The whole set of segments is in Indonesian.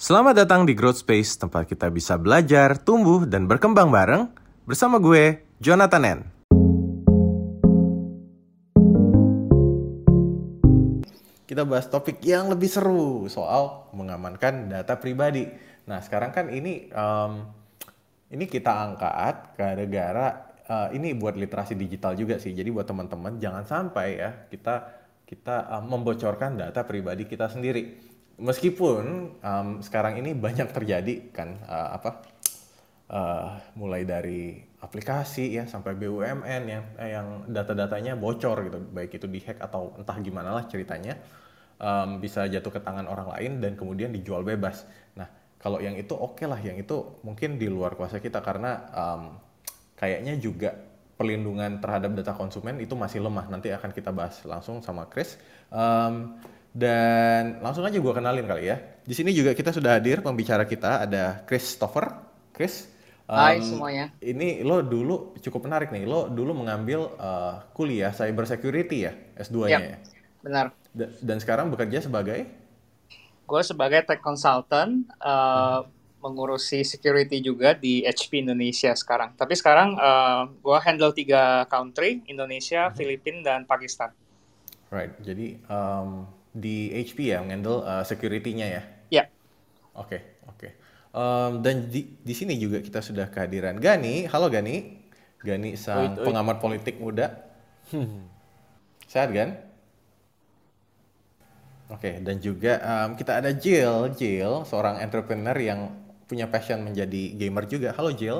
Selamat datang di Growth Space, tempat kita bisa belajar, tumbuh, dan berkembang bareng. Bersama gue, Jonathan N. Kita bahas topik yang lebih seru, soal mengamankan data pribadi. Nah, sekarang kan ini kita angkat gara-gara ini buat literasi digital juga sih. Jadi buat teman-teman jangan sampai ya kita membocorkan data pribadi kita sendiri. Meskipun sekarang ini banyak terjadi kan mulai dari aplikasi ya sampai BUMN yang data-datanya bocor gitu, baik itu dihack atau entah gimana lah ceritanya, bisa jatuh ke tangan orang lain dan kemudian dijual bebas. Nah, kalau yang itu oke lah, yang itu mungkin di luar kuasa kita karena kayaknya juga perlindungan terhadap data konsumen itu masih lemah. Nanti akan kita bahas langsung sama Chris. Dan langsung aja gue kenalin kali ya. Di sini juga kita sudah hadir pembicara kita, ada Christopher. Chris, Hai semuanya. ini lo dulu cukup menarik nih. Lo dulu mengambil kuliah cyber security ya, S2-nya Yap, ya. benar. Dan sekarang bekerja sebagai Gue sebagai tech consultant mengurusi security juga di HP Indonesia sekarang. Tapi sekarang gue handle 3 country, Indonesia, Filipina, dan Pakistan. right. Jadi di HP ya ngendel security-nya ya. Ya, Oke, oke. Dan di sini juga kita sudah kehadiran Gani. Halo Gani. Gani sang Oi. pengamat politik muda. Sehat kan? Oke, dan juga kita ada Jill. Jill, seorang entrepreneur yang punya passion menjadi gamer juga. Halo Jill.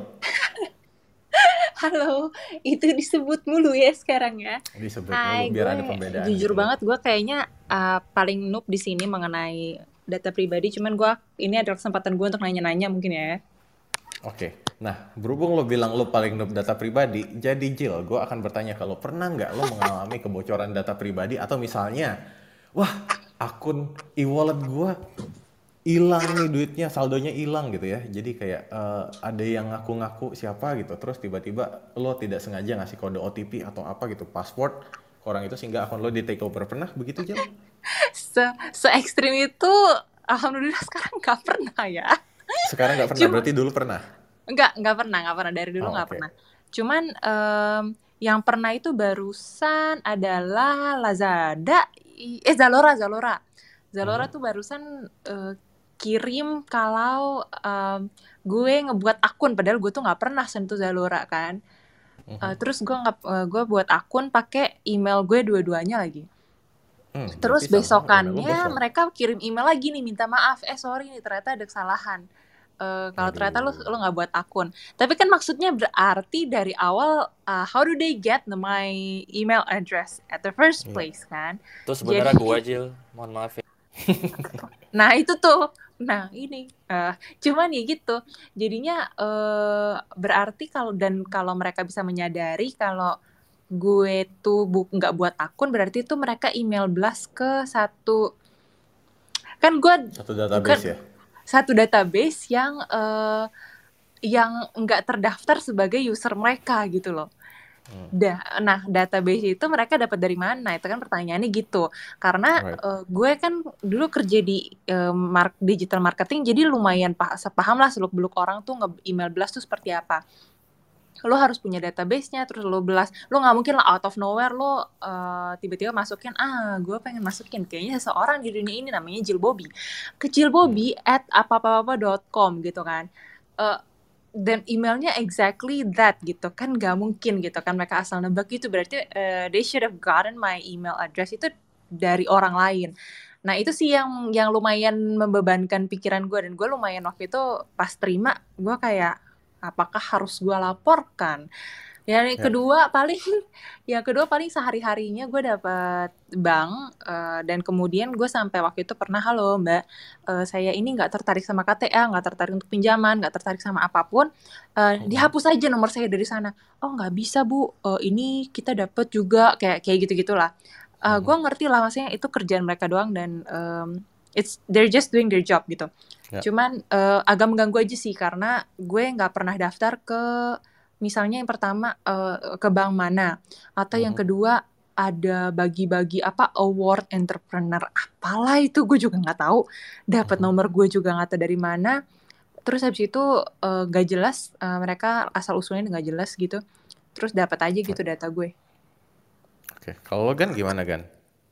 Halo, itu disebut mulu ya sekarang ya. Disebut Hai, mulu biar ada gue pembedaan jujur gitu. banget gue kayaknya paling noob di sini mengenai data pribadi. Cuman gue ini adalah kesempatan gue untuk nanya-nanya mungkin ya. Oke, nah berhubung lo bilang lo paling noob data pribadi, jadi Jill, gue akan bertanya kalau pernah nggak lo mengalami kebocoran data pribadi atau misalnya, wah akun e-wallet gue hilang nih duitnya, saldonya hilang gitu ya. Jadi kayak ada yang ngaku-ngaku siapa gitu, terus tiba-tiba lo tidak sengaja ngasih kode OTP atau apa gitu, password ke orang itu sehingga akun lo di take over. Pernah begitu Jill? Se-ekstrim itu, alhamdulillah sekarang nggak pernah ya. Sekarang nggak pernah, Cuma berarti dulu pernah? nggak pernah dari dulu Oh, nggak oke. pernah. Cuman yang pernah itu barusan adalah Lazada, Zalora tuh barusan kirim kalau gue ngebuat akun, padahal gue tuh nggak pernah sentuh Zalora kan. Terus gue buat akun pakai email gue dua-duanya lagi. Terus Berarti sama, email lo besokannya bocor. mereka kirim email lagi nih, minta maaf, sorry nih ternyata ada kesalahan. Kalau ternyata lo nggak buat akun. Tapi kan maksudnya berarti dari awal how do they get my email address at the first Iya. place kan? Itu sebenarnya Jadi- gue Jill, mohon maaf ya. Nah itu tuh, ini cuman ya gitu. Jadinya berarti kalau mereka bisa menyadari kalau gue tuh nggak buat akun, berarti itu mereka email blast ke satu, kan gue Satu database ya? satu database yang nggak terdaftar sebagai user mereka gitu loh. Nah, database itu mereka dapat dari mana? Itu kan pertanyaannya gitu. Karena Right. gue kan dulu kerja di digital marketing, jadi lumayan paham lah seluk-beluk orang tuh nge-email blast tuh seperti apa. Lo harus punya database-nya, terus lo blast. Lo nggak mungkin lah out of nowhere lo tiba-tiba masukin, gue pengen masukin kayaknya seseorang di dunia ini namanya Jill Bobby. Ke jillbobby @apa-apa-apa.com gitu kan. Dan emailnya exactly that gitu kan, nggak mungkin gitu kan mereka asal nebak gitu. Berarti they should have gotten my email address itu dari orang lain. Nah itu sih yang lumayan membebankan pikiran gue, dan gue lumayan waktu itu pas terima gue kayak apakah harus gue laporkan. Yang kedua paling sehari-harinya gue dapat bank, dan kemudian gue sampai waktu itu pernah, halo mbak, saya ini nggak tertarik sama KTA, nggak tertarik untuk pinjaman, nggak tertarik sama apapun, dihapus aja nomor saya dari sana. Oh nggak bisa bu, ini kita dapat juga kayak gitu gitulah. Gue ngerti lah maksudnya itu kerjaan mereka doang, dan they're just doing their job gitu. Cuman agak mengganggu aja sih karena gue nggak pernah daftar ke, misalnya yang pertama ke bank mana, atau yang kedua ada bagi-bagi apa award entrepreneur apalah itu gue juga nggak tahu, dapat nomor gue juga nggak tahu dari mana. Terus habis itu gak jelas, mereka asal usulnya nggak jelas gitu, terus dapat aja gitu data gue. Oke, kalau lo Gan gimana Gan?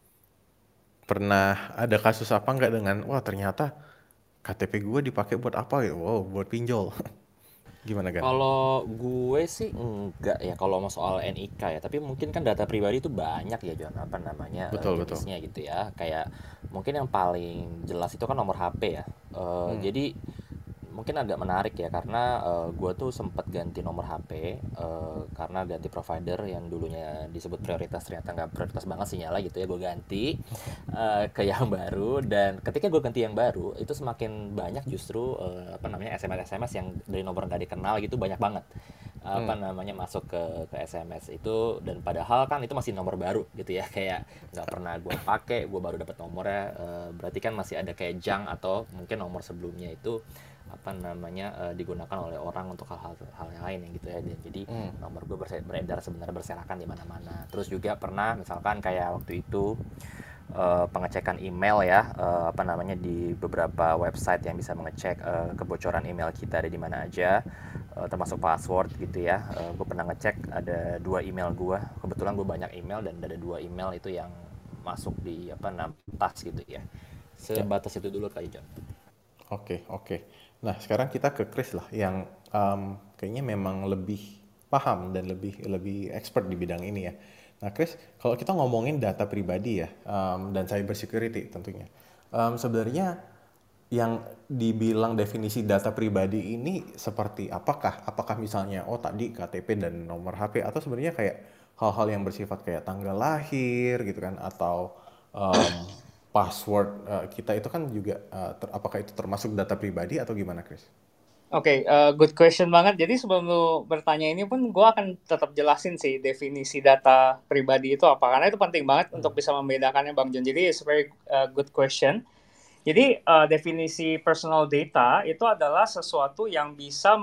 Pernah ada kasus apa nggak dengan, wah ternyata KTP gue dipakai buat apa ya? Wow, buat pinjol. Gimana Gan? Kalau gue sih enggak ya kalau mau soal NIK ya, tapi mungkin kan data pribadi itu banyak ya John, apa namanya Betul, betul. jenisnya gitu ya. Kayak mungkin yang paling jelas itu kan nomor HP ya. Jadi mungkin agak menarik ya karena gue tuh sempat ganti nomor HP karena ganti provider yang dulunya disebut prioritas ternyata nggak prioritas banget sinyalnya gitu ya, gue ganti ke yang baru. Dan ketika gue ganti yang baru itu semakin banyak justru apa namanya SMS yang dari nomor nggak dikenal gitu banyak banget apa namanya masuk ke SMS itu. Dan padahal kan itu masih nomor baru gitu ya, kayak nggak pernah gue pakai, gue baru dapat nomornya. Berarti kan masih ada kayak junk atau mungkin nomor sebelumnya itu apa namanya digunakan oleh orang untuk hal-hal yang lain yang gitu ya. Dan jadi nomor gue beredar sebenarnya berserakan di mana-mana. Terus juga pernah misalkan kayak waktu itu pengecekan email ya, apa namanya di beberapa website yang bisa mengecek kebocoran email kita ada di mana aja, termasuk password gitu ya. Gue pernah ngecek ada 2 email gue, kebetulan gue banyak email dan ada 2 email itu yang masuk di apa namanya tas gitu ya. Sebatas itu dulu kali John. Oke, oke. Nah, sekarang kita ke Chris lah yang kayaknya memang lebih paham dan lebih expert di bidang ini ya. Nah, Chris, kalau kita ngomongin data pribadi ya, dan cyber security tentunya, sebenarnya yang dibilang definisi data pribadi ini seperti apakah? Apakah misalnya, oh tadi KTP dan nomor HP, atau sebenarnya kayak hal-hal yang bersifat kayak tanggal lahir gitu kan, atau password kita itu kan juga, apakah itu termasuk data pribadi atau gimana, Chris? Oke, good question banget. Jadi sebelum lu bertanya ini pun gue akan tetap jelasin sih definisi data pribadi itu apa. Karena itu penting banget untuk bisa membedakannya Bang John. Jadi it's a very good question. Jadi definisi personal data itu adalah sesuatu yang bisa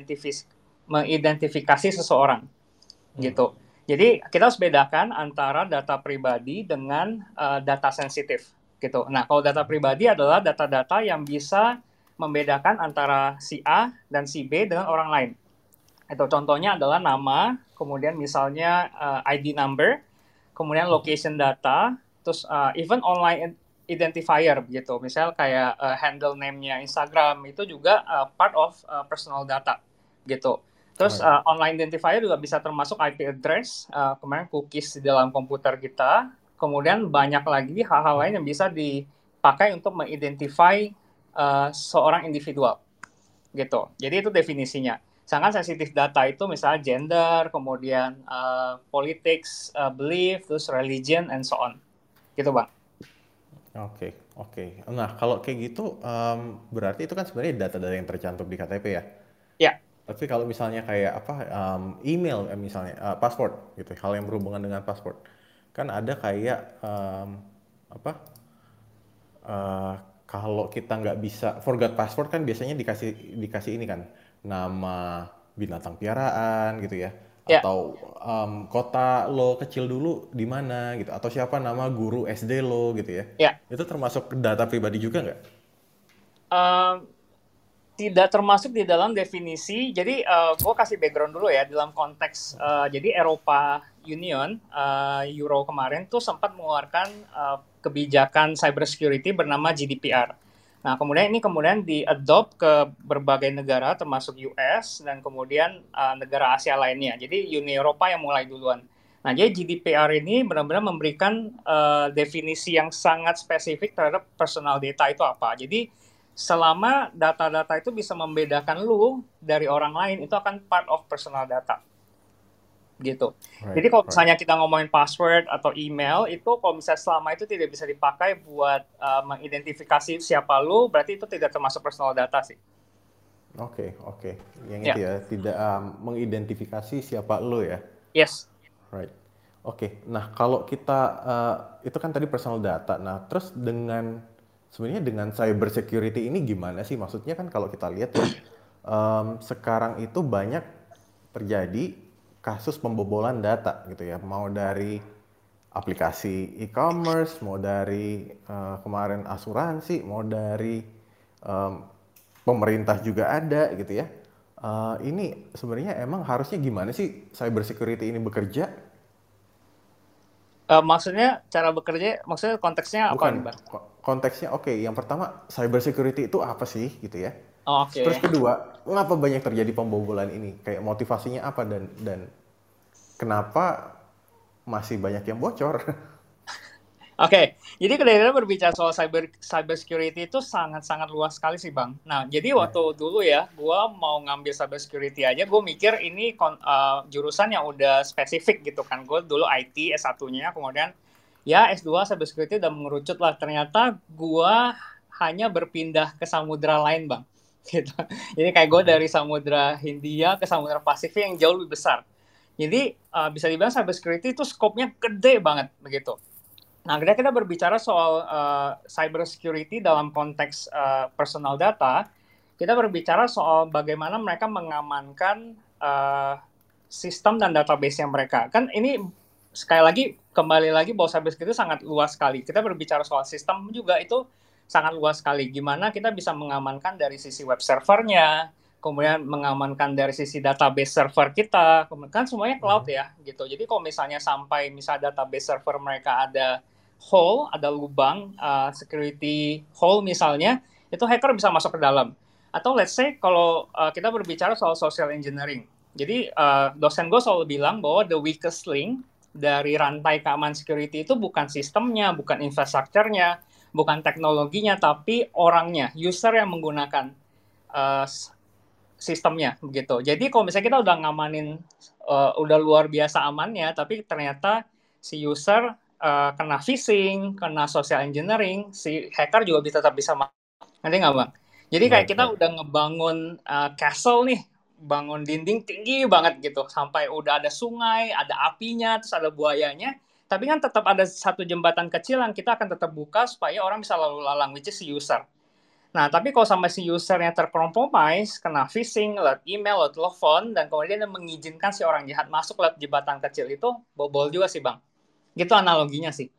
mengidentifikasi seseorang gitu. Jadi kita harus bedakan antara data pribadi dengan data sensitif gitu. Nah, kalau data pribadi adalah data-data yang bisa membedakan antara si A dan si B dengan orang lain. Itu contohnya adalah nama, kemudian misalnya ID number, kemudian location data, terus even online identifier begitu. Misal kayak handle name-nya Instagram itu juga part of personal data gitu. Terus online identifier juga bisa termasuk IP address, kemudian cookies di dalam komputer kita. Kemudian banyak lagi hal-hal lain yang bisa dipakai untuk mengidentify seorang individual gitu. Jadi itu definisinya. Sangat sensitif data itu misalnya gender, kemudian politics, belief, terus religion, and so on. Gitu Bang. Oke, oke. Nah, kalau kayak gitu, berarti itu kan sebenarnya data-data yang tercantum di KTP ya? Ya. Tapi kalau misalnya kayak apa, email misalnya, password gitu, hal yang berhubungan dengan password, kan ada kayak apa? Kalau kita nggak bisa forgot password kan biasanya dikasih ini kan, nama binatang piaraan gitu ya, Ya. atau kota lo kecil dulu di mana gitu, atau siapa nama guru SD lo gitu ya. Ya. Itu termasuk data pribadi juga nggak? Tidak termasuk di dalam definisi. Jadi gue kasih background dulu ya dalam konteks jadi Eropa Union Euro kemarin tuh sempat mengeluarkan kebijakan cybersecurity bernama GDPR. Nah kemudian di-adopt ke berbagai negara termasuk US dan kemudian negara Asia lainnya. Jadi Uni Eropa yang mulai duluan. Nah jadi GDPR ini benar-benar memberikan definisi yang sangat spesifik terhadap personal data itu apa. Jadi selama data-data itu bisa membedakan lu dari orang lain, itu akan part of personal data gitu. Jadi kalau misalnya kita ngomongin password atau email, itu kalau misalnya selama itu tidak bisa dipakai buat mengidentifikasi siapa lu, berarti itu tidak termasuk personal data sih. Oke. Yang itu ya, tidak mengidentifikasi siapa lu ya? Yes. Right. Oke. Nah, kalau kita itu kan tadi personal data. Nah, terus sebenarnya dengan cyber security ini gimana sih? Maksudnya kan kalau kita lihat ya, sekarang itu banyak terjadi kasus pembobolan data gitu ya. Mau dari aplikasi e-commerce, mau dari kemarin asuransi, mau dari em, pemerintah juga ada gitu ya. Ini sebenarnya emang harusnya gimana sih cyber security ini bekerja? Maksudnya cara bekerja, maksudnya konteksnya apa nih, Bukan Bang? konteksnya, oke, yang pertama cyber security itu apa sih gitu ya. Oh, Terus oke. kedua, mengapa banyak terjadi pembobolan ini? Kayak motivasinya apa dan kenapa masih banyak yang bocor? Oke, jadi kemudian berbicara soal cyber security itu sangat-sangat luas sekali sih, Bang. Nah, jadi Ya. waktu dulu ya, gua mau ngambil cyber security aja, gue mikir ini jurusan yang udah spesifik gitu kan. Gue dulu IT S1-nya, kemudian ya S2 cyber security udah mengerucut lah. Ternyata gua hanya berpindah ke samudra lain, Bang. Gitu. Jadi kayak gue dari samudra Hindia ke samudra Pasifik yang jauh lebih besar. Jadi bisa dibilang cyber security itu skopnya gede banget begitu. Nah, ketika kita berbicara soal cyber security dalam konteks personal data, kita berbicara soal bagaimana mereka mengamankan sistem dan database-nya mereka. Kan ini sekali lagi kembali lagi bahwa cyber security itu sangat luas sekali. Kita berbicara soal sistem juga itu sangat luas sekali. Gimana kita bisa mengamankan dari sisi web servernya, kemudian mengamankan dari sisi database server kita, kan semuanya cloud ya, gitu. Jadi kalau misalnya sampai database server mereka ada hole, ada lubang, security hole misalnya, itu hacker bisa masuk ke dalam. Atau let's say kalau kita berbicara soal social engineering. Jadi dosen gue selalu bilang bahwa the weakest link dari rantai keamanan security itu bukan sistemnya, bukan infrastrukturnya, bukan teknologinya, tapi orangnya, user yang menggunakan sistemnya begitu. Jadi kalau misalnya kita udah ngamanin, udah luar biasa amannya, tapi ternyata si user kena phishing, kena social engineering, si hacker juga tetap bisa masuk. Nanti nggak, Bang? Jadi kayak Right, kita right. udah ngebangun castle nih, bangun dinding tinggi banget gitu, sampai udah ada sungai, ada apinya, terus ada buayanya, tapi kan tetap ada satu jembatan kecil yang kita akan tetap buka supaya orang bisa lalu lalang, which is si user. Nah, tapi kalau sampai si usernya terkompromis, kena phishing, lewat email, lewat telepon, dan kemudian dia mengizinkan si orang jahat masuk lewat jembatan kecil itu, bobol juga sih, Bang. Gitu analoginya sih.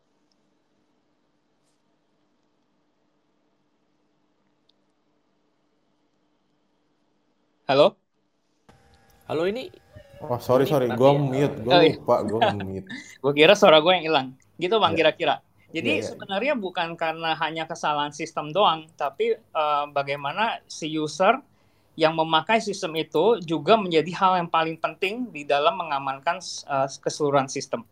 Halo? Halo, ini Oh, sorry, Joni sorry. mati Gue ya? mute. Gue Oh, iya. lupa. Gue mute. Gue kira suara gue yang hilang. Gitu, Bang, Ya, kira-kira. ya, Jadi ya. sebenarnya bukan karena hanya kesalahan sistem doang, tapi bagaimana si user yang memakai sistem itu juga menjadi hal yang paling penting di dalam mengamankan keseluruhan sistem.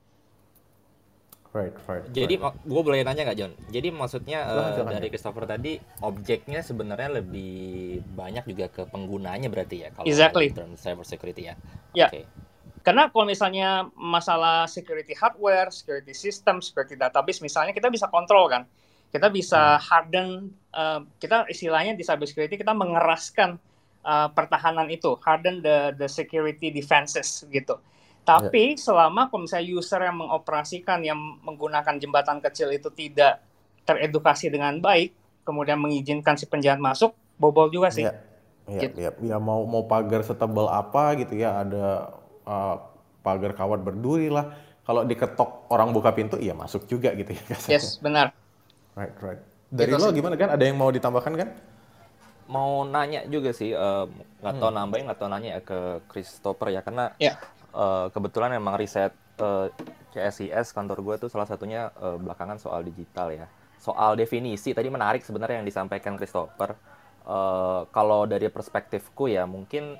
Right, right, Jadi right. gue boleh nanya nggak, John? Jadi maksudnya Silakan, silakan, dari John. Christopher tadi objeknya sebenarnya lebih banyak juga ke penggunanya berarti ya kalau Exactly. dalam cyber security ya. Ya, Oke. karena kalau misalnya masalah security hardware, security system, security database misalnya kita bisa kontrol kan. Kita bisa harden, kita istilahnya di cyber security kita mengeraskan pertahanan itu, harden the security defenses gitu. Ya, Tapi selama kalau misalnya user yang mengoperasikan, yang menggunakan jembatan kecil itu tidak teredukasi dengan baik, kemudian mengizinkan si penjahat masuk, bobol juga sih. ya, ya, Gitu. ya. Ya, mau pagar setebal apa gitu ya. Ada pagar kawat berduri lah. Kalau diketok orang buka pintu, ya masuk juga gitu ya kasarnya. Yes, benar. Right, right. Dari Gitu lo sih. gimana kan? Ada yang mau ditambahkan kan? Mau nanya juga sih, nggak tahu nambahin, nggak tahu nanya ya ke Christopher ya, karena Ya. kebetulan memang riset CSIS kantor gue tuh salah satunya belakangan soal digital ya. Soal definisi, tadi menarik sebenarnya yang disampaikan Christopher. Kalau dari perspektifku ya mungkin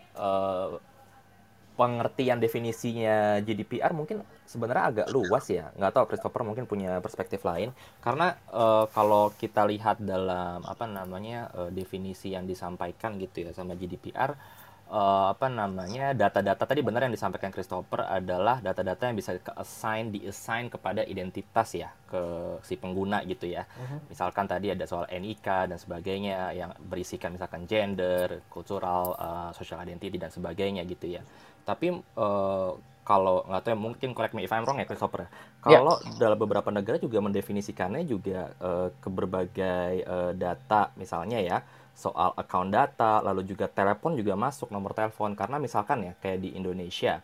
pengertian definisinya GDPR mungkin sebenarnya agak luas ya. Nggak tahu Christopher mungkin punya perspektif lain. Karena kalau kita lihat dalam apa namanya definisi yang disampaikan gitu ya sama GDPR, apa namanya data-data tadi benar yang disampaikan Christopher adalah data-data yang bisa diassign kepada identitas ya ke si pengguna gitu ya. Misalkan tadi ada soal NIK dan sebagainya yang berisikan misalkan gender, cultural, social identity dan sebagainya gitu ya. Tapi kalau nggak tahu ya, mungkin correct me if I'm wrong ya Christopher. Kalau dalam beberapa negara juga mendefinisikannya juga ke berbagai data misalnya ya soal account data, lalu juga telepon juga masuk nomor telepon karena misalkan ya kayak di Indonesia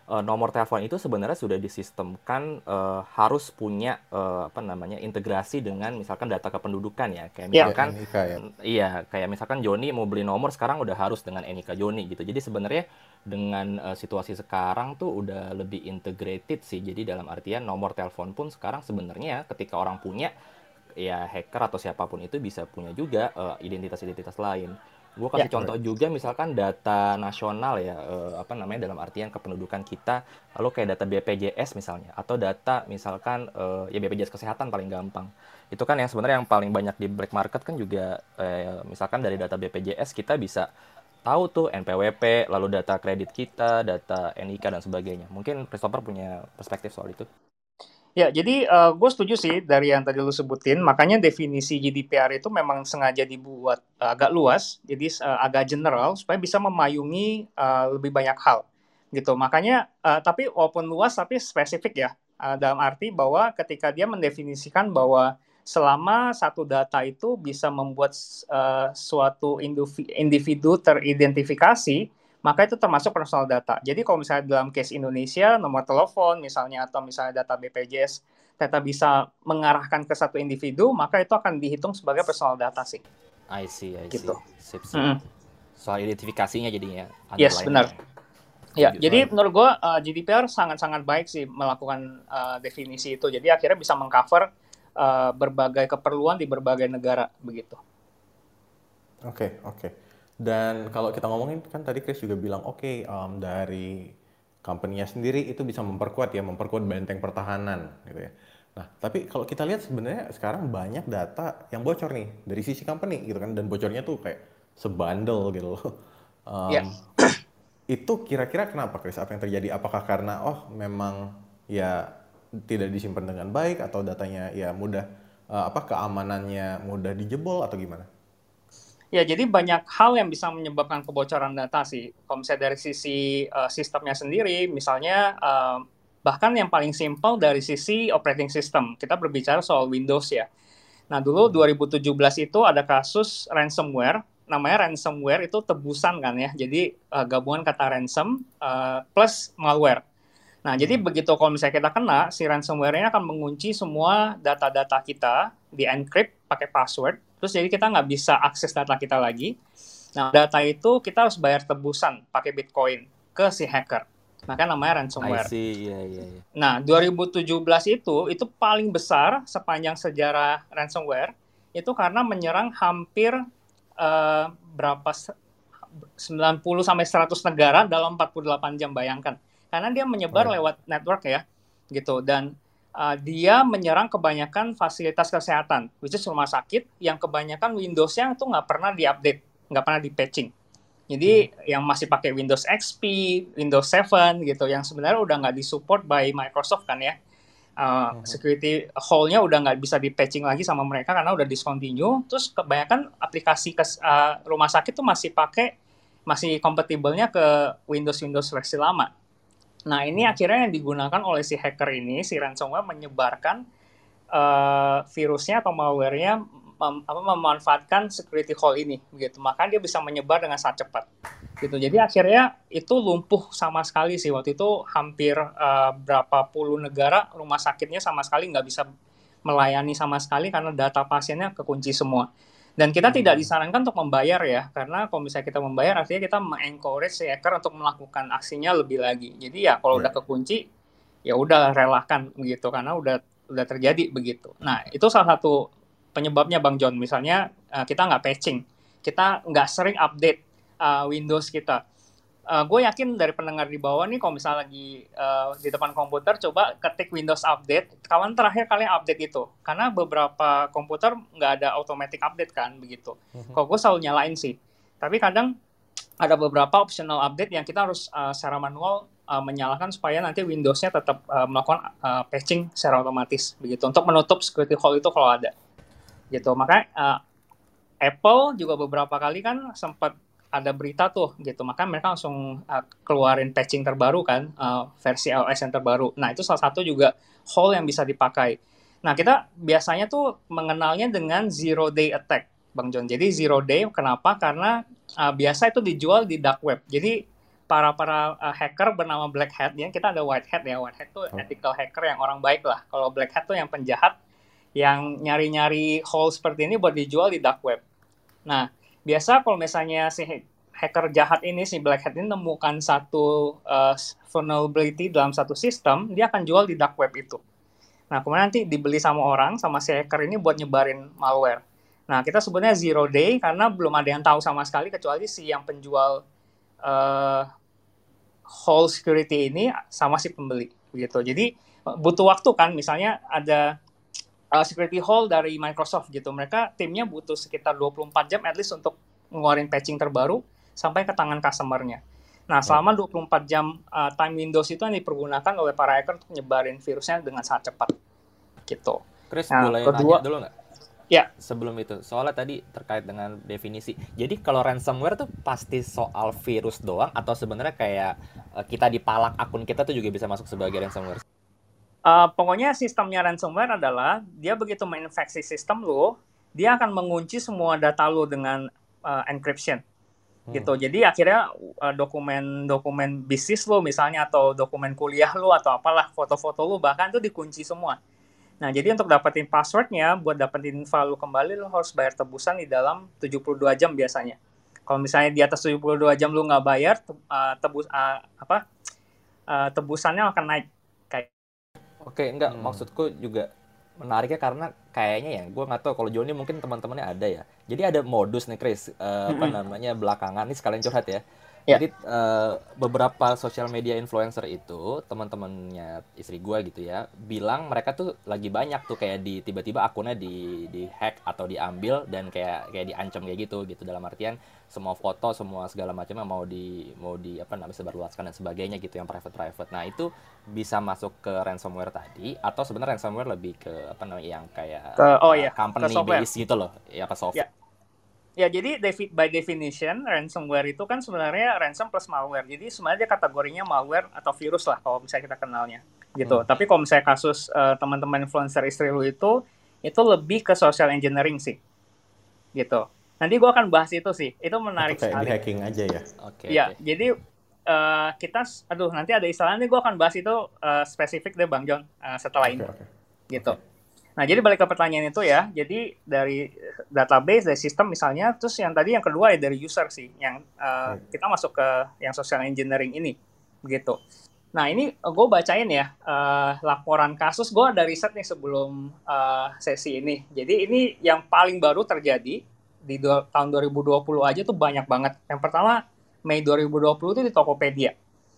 nomor telepon itu sebenarnya sudah disistemkan harus punya integrasi dengan misalkan data kependudukan ya. Kayak Ya, misalkan NIK ya. iya, kayak misalkan Joni mau beli nomor sekarang udah harus dengan NIK Joni gitu. Jadi sebenarnya dengan situasi sekarang tuh udah lebih integrated sih. Jadi dalam artian nomor telepon pun sekarang sebenarnya ketika orang punya, ya hacker atau siapapun itu bisa punya juga identitas-identitas lain. Gue ya, kasih contoh juga misalkan data nasional ya, dalam artian kependudukan kita, lalu kayak data BPJS misalnya, atau data misalkan ya BPJS kesehatan paling gampang. Itu kan yang sebenarnya yang paling banyak di black market kan juga misalkan dari data BPJS kita bisa tahu tuh NPWP, lalu data kredit kita, data NIK dan sebagainya. Mungkin Christopher punya perspektif soal itu. ya. Jadi gue setuju sih dari yang tadi lu sebutin. Makanya definisi GDPR itu memang sengaja dibuat agak luas, jadi agak general supaya bisa memayungi lebih banyak hal, gitu. Makanya tapi walaupun luas tapi spesifik ya. Dalam arti bahwa ketika dia mendefinisikan bahwa selama satu data itu bisa membuat suatu individu teridentifikasi, maka itu termasuk personal data. Jadi kalau misalnya dalam case Indonesia, nomor telepon misalnya, atau misalnya data BPJS, data bisa mengarahkan ke satu individu, maka itu akan dihitung sebagai personal data sih. I see. Gitu. Sip. Mm-mm. Soal identifikasinya jadinya, Yes, benar. Ya, Setuju. jadi menurut gue GDPR sangat-sangat baik sih melakukan definisi itu. Jadi akhirnya bisa mengcover berbagai keperluan di berbagai negara begitu. Oke. Dan kalau kita ngomongin kan tadi Chris juga bilang dari company-nya sendiri itu bisa memperkuat benteng pertahanan gitu ya. Nah, tapi kalau kita lihat sebenarnya sekarang banyak data yang bocor nih dari sisi company gitu kan, dan bocornya tuh kayak sebandel gitu loh. Ya. Itu kira-kira kenapa Chris? Apa yang terjadi? Apakah karena memang ya tidak disimpan dengan baik, atau datanya ya mudah keamanannya mudah dijebol atau gimana? Ya, jadi banyak hal yang bisa menyebabkan kebocoran data sih. Kalau misalnya dari sisi sistemnya sendiri, misalnya bahkan yang paling simpel dari sisi operating system. Kita berbicara soal Windows ya. Nah, dulu 2017 itu ada kasus ransomware. Namanya ransomware itu tebusan kan ya. Jadi gabungan kata ransom plus malware. Nah, jadi begitu kalau misalnya kita kena, si ransomware ini akan mengunci semua data-data kita, di-encrypt pakai password, terus jadi kita nggak bisa akses data kita lagi. Nah, data itu kita harus bayar tebusan pakai Bitcoin ke si hacker. Makanya namanya ransomware. I see, iya. Nah, 2017 itu paling besar sepanjang sejarah ransomware, itu karena menyerang hampir 90-100 negara dalam 48 jam, bayangkan. Karena dia menyebar lewat network ya, gitu. Dan dia menyerang kebanyakan fasilitas kesehatan, which is rumah sakit, yang kebanyakan Windows-nya itu nggak pernah diupdate, nggak pernah di-patching. Jadi yang masih pakai Windows XP, Windows 7 gitu, yang sebenarnya udah nggak disupport by Microsoft kan ya. Security hole-nya udah nggak bisa di-patching lagi sama mereka karena udah discontinue. Terus kebanyakan aplikasi rumah sakit tuh masih kompatibelnya ke Windows versi lama. Nah, ini akhirnya yang digunakan oleh si hacker ini, si ransomware, menyebarkan virusnya atau malware-nya memanfaatkan security hole ini, begitu. Maka dia bisa menyebar dengan sangat cepat, gitu. Jadi akhirnya itu lumpuh sama sekali sih waktu itu, hampir berapa puluh negara rumah sakitnya sama sekali nggak bisa melayani sama sekali karena data pasiennya kekunci semua. Dan kita tidak disarankan untuk membayar ya, karena kalau misalnya kita membayar artinya kita mengencourage si hacker untuk melakukan aksinya lebih lagi. Jadi ya kalau udah kekunci, ya udah relakan begitu, karena udah terjadi begitu. Nah, itu salah satu penyebabnya Bang John. Misalnya kita nggak patching, kita nggak sering update Windows kita. Gue yakin dari pendengar di bawah nih, kalau misalnya lagi di depan komputer, coba ketik Windows Update. Kawan terakhir kalian update itu? Karena beberapa komputer nggak ada automatic update kan, begitu. Kalau gue selalu nyalain sih. Tapi kadang ada beberapa optional update yang kita harus secara manual menyalakan supaya nanti Windows-nya tetap melakukan patching secara otomatis, begitu. Untuk menutup security hole itu kalau ada. Gitu. Makanya Apple juga beberapa kali kan sempat ada berita tuh gitu, maka mereka langsung keluarin patching terbaru kan, versi iOS yang terbaru. Nah, itu salah satu juga hole yang bisa dipakai. Nah, kita biasanya tuh mengenalnya dengan zero day attack, Bang John. Jadi zero day kenapa? Karena biasa itu dijual di dark web. Jadi para hacker bernama Black Hat. Ya, kita ada White Hat ya. White Hat tuh ethical hacker yang orang baik lah. Kalau Black Hat tuh yang penjahat yang nyari-nyari hole seperti ini buat dijual di dark web. Nah, biasa kalau misalnya si hacker jahat ini, si Black Hat ini nemukan satu vulnerability dalam satu sistem, dia akan jual di dark web itu. Nah, kemudian nanti dibeli sama orang, sama si hacker ini buat nyebarin malware. Nah, kita sebutnya zero day karena belum ada yang tahu sama sekali kecuali si yang penjual whole security ini sama si pembeli. Gitu. Jadi, butuh waktu kan, misalnya ada security hole dari Microsoft gitu. Mereka timnya butuh sekitar 24 jam at least untuk ngeluarin patching terbaru sampai ke tangan customer-nya. Nah, selama 24 jam time windows itu yang dipergunakan oleh para hacker untuk nyebarin virusnya dengan sangat cepat. Gitu. Chris, Nah, boleh kedua, nanya dulu nggak? Ya. Sebelum itu, soalnya tadi terkait dengan definisi. Jadi kalau ransomware tuh pasti soal virus doang atau sebenarnya kayak kita dipalak akun kita tuh juga bisa masuk sebagai ransomware? Pokoknya sistemnya ransomware adalah dia begitu menginfeksi sistem lo, dia akan mengunci semua data lo dengan encryption. Gitu. Jadi akhirnya dokumen bisnis lo misalnya atau dokumen kuliah lo atau apalah foto-foto lo bahkan tuh dikunci semua. Nah, jadi untuk dapetin passwordnya, buat dapetin file lo kembali lo harus bayar tebusan di dalam 72 jam biasanya. Kalau misalnya di atas 72 jam lo nggak bayar, tebusannya akan naik. Oke, enggak, maksudku juga menariknya karena kayaknya ya, gue nggak tahu kalau Joni mungkin teman-temannya ada ya. Jadi ada modus nih Chris, belakangan ini sekalian curhat ya. Jadi beberapa social media influencer itu teman-temannya istri gue gitu ya, bilang mereka tuh lagi banyak tuh kayak tiba-tiba akunnya di hack atau diambil dan kayak diancam kayak gitu dalam artian semua foto semua segala macamnya mau di sebarluaskan dan sebagainya gitu yang private. Nah itu bisa masuk ke ransomware tadi atau sebenarnya ransomware lebih ke yang kayak company based gitu loh ya apa software. Ya, jadi by definition, ransomware itu kan sebenarnya ransom plus malware. Jadi sebenarnya dia kategorinya malware atau virus lah kalau misalnya kita kenalnya. Gitu. Tapi kalau misalnya kasus teman-teman influencer istri lu itu lebih ke social engineering sih. Gitu. Nanti gue akan bahas itu sih. Itu menarik sekali. Kayak di hacking aja ya? Iya, jadi kita, nanti ada istilahnya, gue akan bahas itu spesifik deh Bang John setelah ini. Gitu. Nah, jadi balik ke pertanyaan itu ya, jadi dari database, dari sistem misalnya, terus yang kedua ya dari user sih, yang kita masuk ke yang social engineering ini, begitu. Nah, ini gue bacain ya, laporan kasus, gue ada riset nih sebelum sesi ini. Jadi ini yang paling baru terjadi di tahun 2020 aja tuh banyak banget. Yang pertama, Mei 2020 itu di Tokopedia.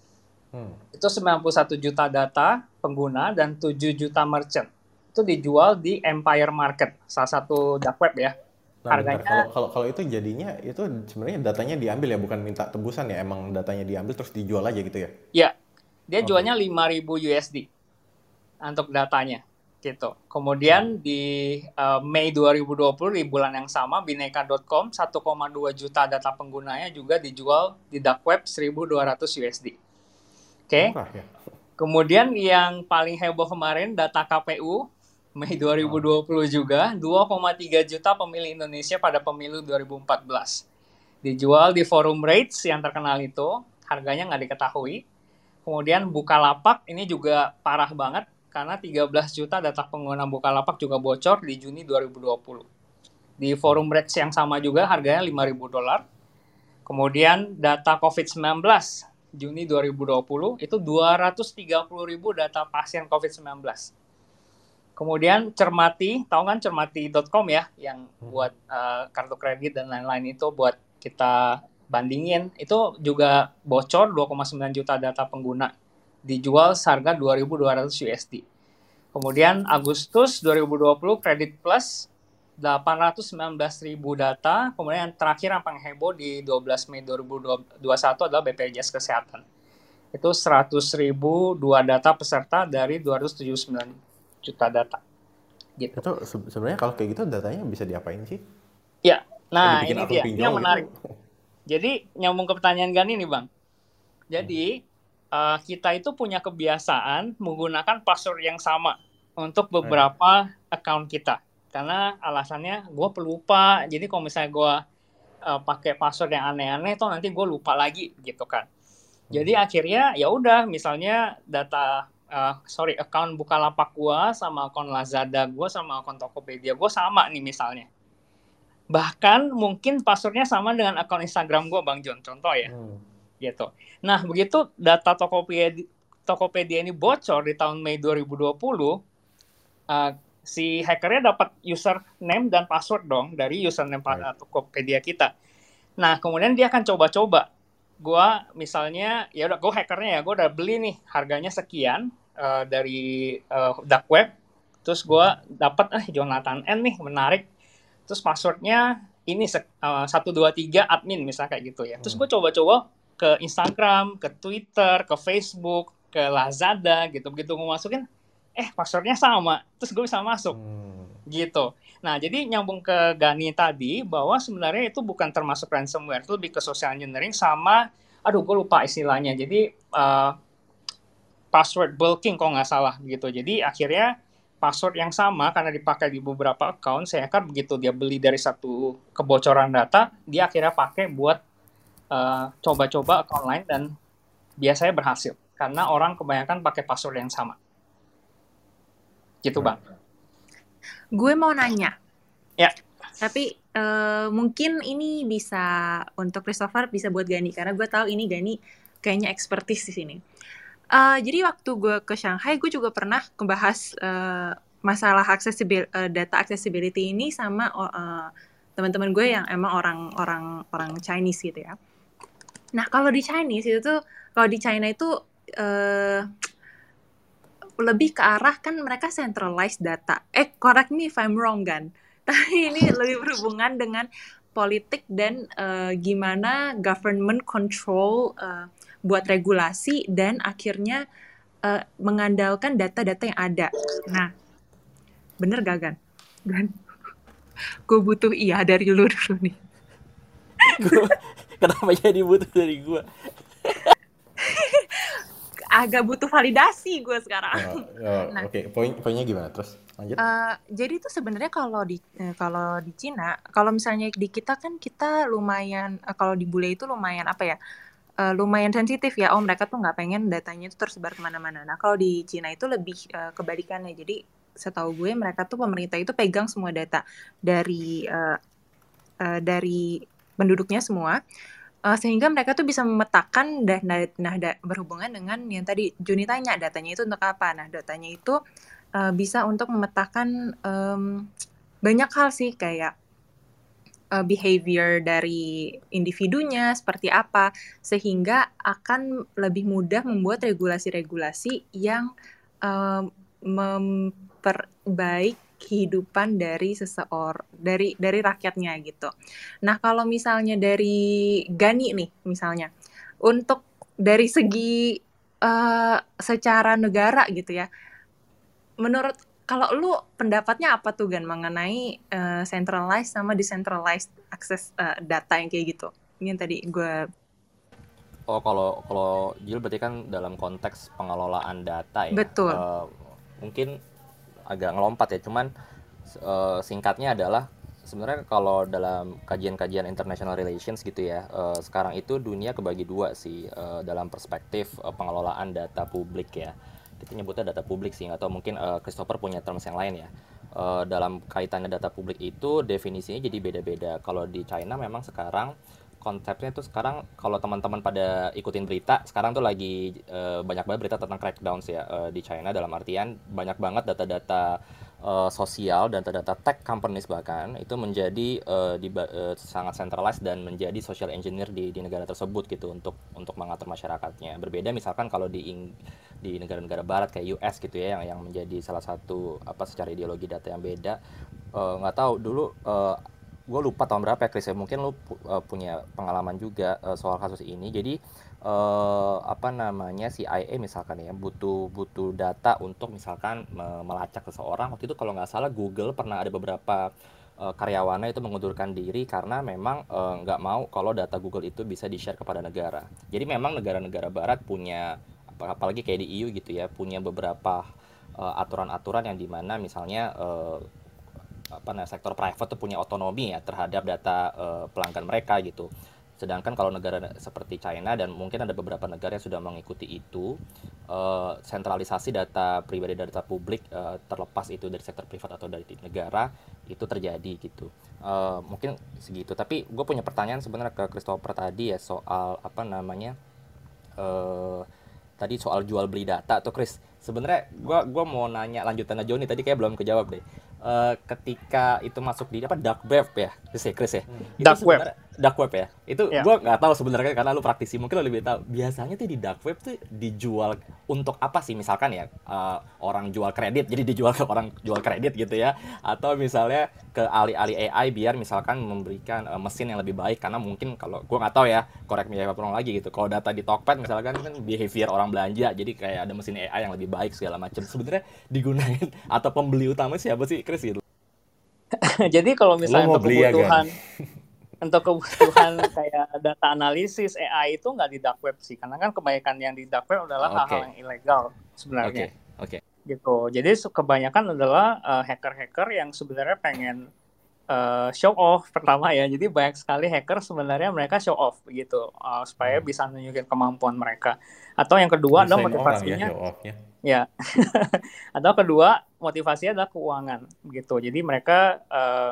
Itu 91 juta data pengguna dan 7 juta merchant. Itu dijual di Empire Market, salah satu dark web ya. Nah, harganya kalau itu jadinya itu sebenarnya datanya diambil ya, bukan minta tebusan ya, emang datanya diambil terus dijual aja gitu ya? Ya, dia jualnya 5.000 USD untuk datanya gitu. Kemudian di Mei 2020 di bulan yang sama bineka.com 1,2 juta data penggunanya juga dijual di dark web 1.200 USD. Oke. Ya. Kemudian yang paling heboh kemarin data KPU Mei 2020 juga 2,3 juta pemilih Indonesia pada pemilu 2014. Dijual di forum Rates yang terkenal itu, harganya nggak diketahui. Kemudian Bukalapak ini juga parah banget karena 13 juta data pengguna Bukalapak juga bocor di Juni 2020. Di forum Rates yang sama juga harganya $5.000. Kemudian data COVID-19 Juni 2020 itu 230.000 data pasien COVID-19. Kemudian Cermati, tahu kan cermati.com ya, yang buat kartu kredit dan lain-lain itu buat kita bandingin, itu juga bocor 2,9 juta data pengguna, dijual seharga 2.200 USD. Kemudian Agustus 2020 Credit Plus 819.000 data, kemudian yang terakhir yang paling heboh di 12 Mei 2021 adalah BPJS Kesehatan. Itu 100.000 dua data peserta dari 279 juta data. Gitu. Itu sebenarnya kalau kayak gitu datanya bisa diapain sih? Ya, nah ini dia, ini yang menarik. Gitu. Jadi nyambung ke pertanyaan Gani nih Bang. Jadi kita itu punya kebiasaan menggunakan password yang sama untuk beberapa account kita. Karena alasannya gue pelupa, jadi kalau misalnya gue pakai password yang aneh-aneh, toh nanti gue lupa lagi gitu kan. Jadi akhirnya ya udah, misalnya account Bukalapak gua sama akun Lazada gua sama akun Tokopedia gua sama nih misalnya. Bahkan mungkin passwordnya sama dengan akun Instagram gua, Bang John, contoh ya. Gitu. Nah, begitu data Tokopedia ini bocor di tahun Mei 2020, si hackernya dapat username dan password dong dari username Tokopedia kita. Nah, kemudian dia akan coba-coba. Gua misalnya, ya udah, gue hackernya ya, gue udah beli nih harganya sekian dari dark web. Terus gue dapat Jonathan N nih, menarik. Terus passwordnya ini 123 admin misalnya kayak gitu ya. Terus gue coba-coba ke Instagram, ke Twitter, ke Facebook, ke Lazada gitu. Begitu gue masukin, passwordnya sama. Terus gue bisa masuk. Gitu. Nah, jadi nyambung ke Gani tadi, bahwa sebenarnya itu bukan termasuk ransomware, itu lebih ke social engineering sama, gue lupa istilahnya. Jadi, password bulking kalau nggak salah gitu. Jadi akhirnya password yang sama karena dipakai di beberapa account, saya kan begitu dia beli dari satu kebocoran data, dia akhirnya pakai buat coba-coba account lain dan biasanya berhasil. Karena orang kebanyakan pakai password yang sama. Gitu, Bang. Gue mau nanya. Ya. Tapi mungkin ini bisa untuk Christopher, bisa buat Gani, karena gue tahu ini Gani kayaknya expertise di sini. Jadi waktu gue ke Shanghai, gue juga pernah ngebahas masalah data accessibility ini sama teman-teman gue yang emang orang Chinese gitu ya. Nah, kalau di China itu lebih ke arah kan mereka centralized data. Correct me if I'm wrong, kan? Tapi ini lebih berhubungan dengan politik dan gimana government control buat regulasi dan akhirnya mengandalkan data-data yang ada. Nah, bener gak, Gan? Gue butuh iya dari lu dulu nih. Kenapa jadi butuh dari gue? Agak butuh validasi gue sekarang. Nah, Oke. Poinnya gimana terus? Lanjut. Jadi itu sebenarnya kalau di Cina, kalau misalnya di kita kan kita lumayan, kalau di bule itu lumayan apa ya, lumayan sensitif ya. Mereka tuh nggak pengen datanya itu tersebar kemana-mana. Nah, kalau di Cina itu lebih kebalikannya. Jadi setahu gue mereka tuh, pemerintah itu pegang semua data dari penduduknya semua. Sehingga mereka tuh bisa memetakan berhubungan dengan yang tadi Juni tanya, datanya itu untuk apa. Nah, datanya itu bisa untuk memetakan banyak hal sih, kayak behavior dari individunya seperti apa, sehingga akan lebih mudah membuat regulasi-regulasi yang memperbaik kehidupan dari dari rakyatnya gitu. Nah, kalau misalnya dari Gani nih, misalnya untuk dari segi secara negara gitu ya, menurut kalau lu pendapatnya apa tuh, Gan, mengenai centralized sama decentralized access data yang kayak gitu? Ini yang tadi gue. Kalau Jill berarti kan dalam konteks pengelolaan data ya. Betul. Mungkin agak ngelompat ya, cuman singkatnya adalah sebenarnya kalau dalam kajian-kajian international relations gitu ya, sekarang itu dunia kebagi dua sih dalam perspektif pengelolaan data publik ya. Kita nyebutnya data publik sih, atau mungkin Christopher punya terms yang lain ya. Dalam kaitannya data publik itu definisinya jadi beda-beda. Kalau di China memang sekarang konsepnya tuh sekarang, kalau teman-teman pada ikutin berita sekarang tuh lagi banyak banget berita tentang crackdowns ya di China, dalam artian banyak banget data-data sosial dan data tech companies bahkan itu menjadi sangat centralized dan menjadi social engineer di negara tersebut gitu untuk mengatur masyarakatnya. Berbeda misalkan kalau di negara-negara barat kayak US gitu ya, yang menjadi salah satu secara ideologi data yang beda. Nggak tahu dulu, gue lupa tahun berapa ya Chris ya, mungkin lu punya pengalaman juga soal kasus ini. Jadi CIA misalkan ya butuh data untuk misalkan melacak seseorang. Waktu itu kalau nggak salah Google pernah ada beberapa karyawannya itu mengundurkan diri karena memang nggak mau kalau data Google itu bisa di-share kepada negara. Jadi memang negara-negara barat punya, apalagi kayak di EU gitu ya, punya beberapa aturan-aturan yang dimana misalnya sektor private tuh punya otonomi ya terhadap data pelanggan mereka gitu. Sedangkan kalau negara seperti China dan mungkin ada beberapa negara yang sudah mengikuti itu, sentralisasi data pribadi dan data publik, terlepas itu dari sektor privat atau dari negara, itu terjadi gitu. Mungkin segitu. Tapi gue punya pertanyaan sebenarnya ke Christopher tadi ya soal apa namanya, tadi soal jual beli data tuh Chris. Sebenarnya gua mau nanya lanjutannya Joni tadi kayak belum kejawab deh. Ketika itu masuk di apa dark web ya, Chris ya. Itu Dark web. sebenarnya dark web ya. Itu Ya. gua nggak tahu sebenarnya karena lu praktisi, mungkin lu lebih tahu. Biasanya tuh di dark web tuh dijual untuk apa sih? Misalkan ya orang jual kredit, jadi dijual ke orang jual kredit gitu ya. Atau misalnya ke ahli-ahli AI biar misalkan memberikan mesin yang lebih baik, karena mungkin kalau gua nggak tahu ya, correct me if I'm wrong lagi gitu. Kalau data di Tokped misalkan kan behavior orang belanja, jadi kayak ada mesin AI yang lebih baik segala macam. Sebenarnya digunain atau pembeli utama siapa sih Chris gitu? Jadi kalau misalnya Lo mau untuk beli ya, kebutuhan untuk kebutuhan kayak data analisis AI itu nggak di dark web sih, karena kan kebanyakan yang di dark web adalah Oke. hal-hal yang ilegal Oke, sebenarnya. oke. Gitu. Jadi kebanyakan adalah hacker-hacker yang sebenarnya pengen show off pertama ya. Jadi banyak sekali hacker sebenarnya mereka show off gitu supaya bisa nunjukin kemampuan mereka. Atau yang kedua adalah Nyusahin orang ya motivasinya show off-nya. ya. Atau kedua motivasinya adalah keuangan gitu. Jadi mereka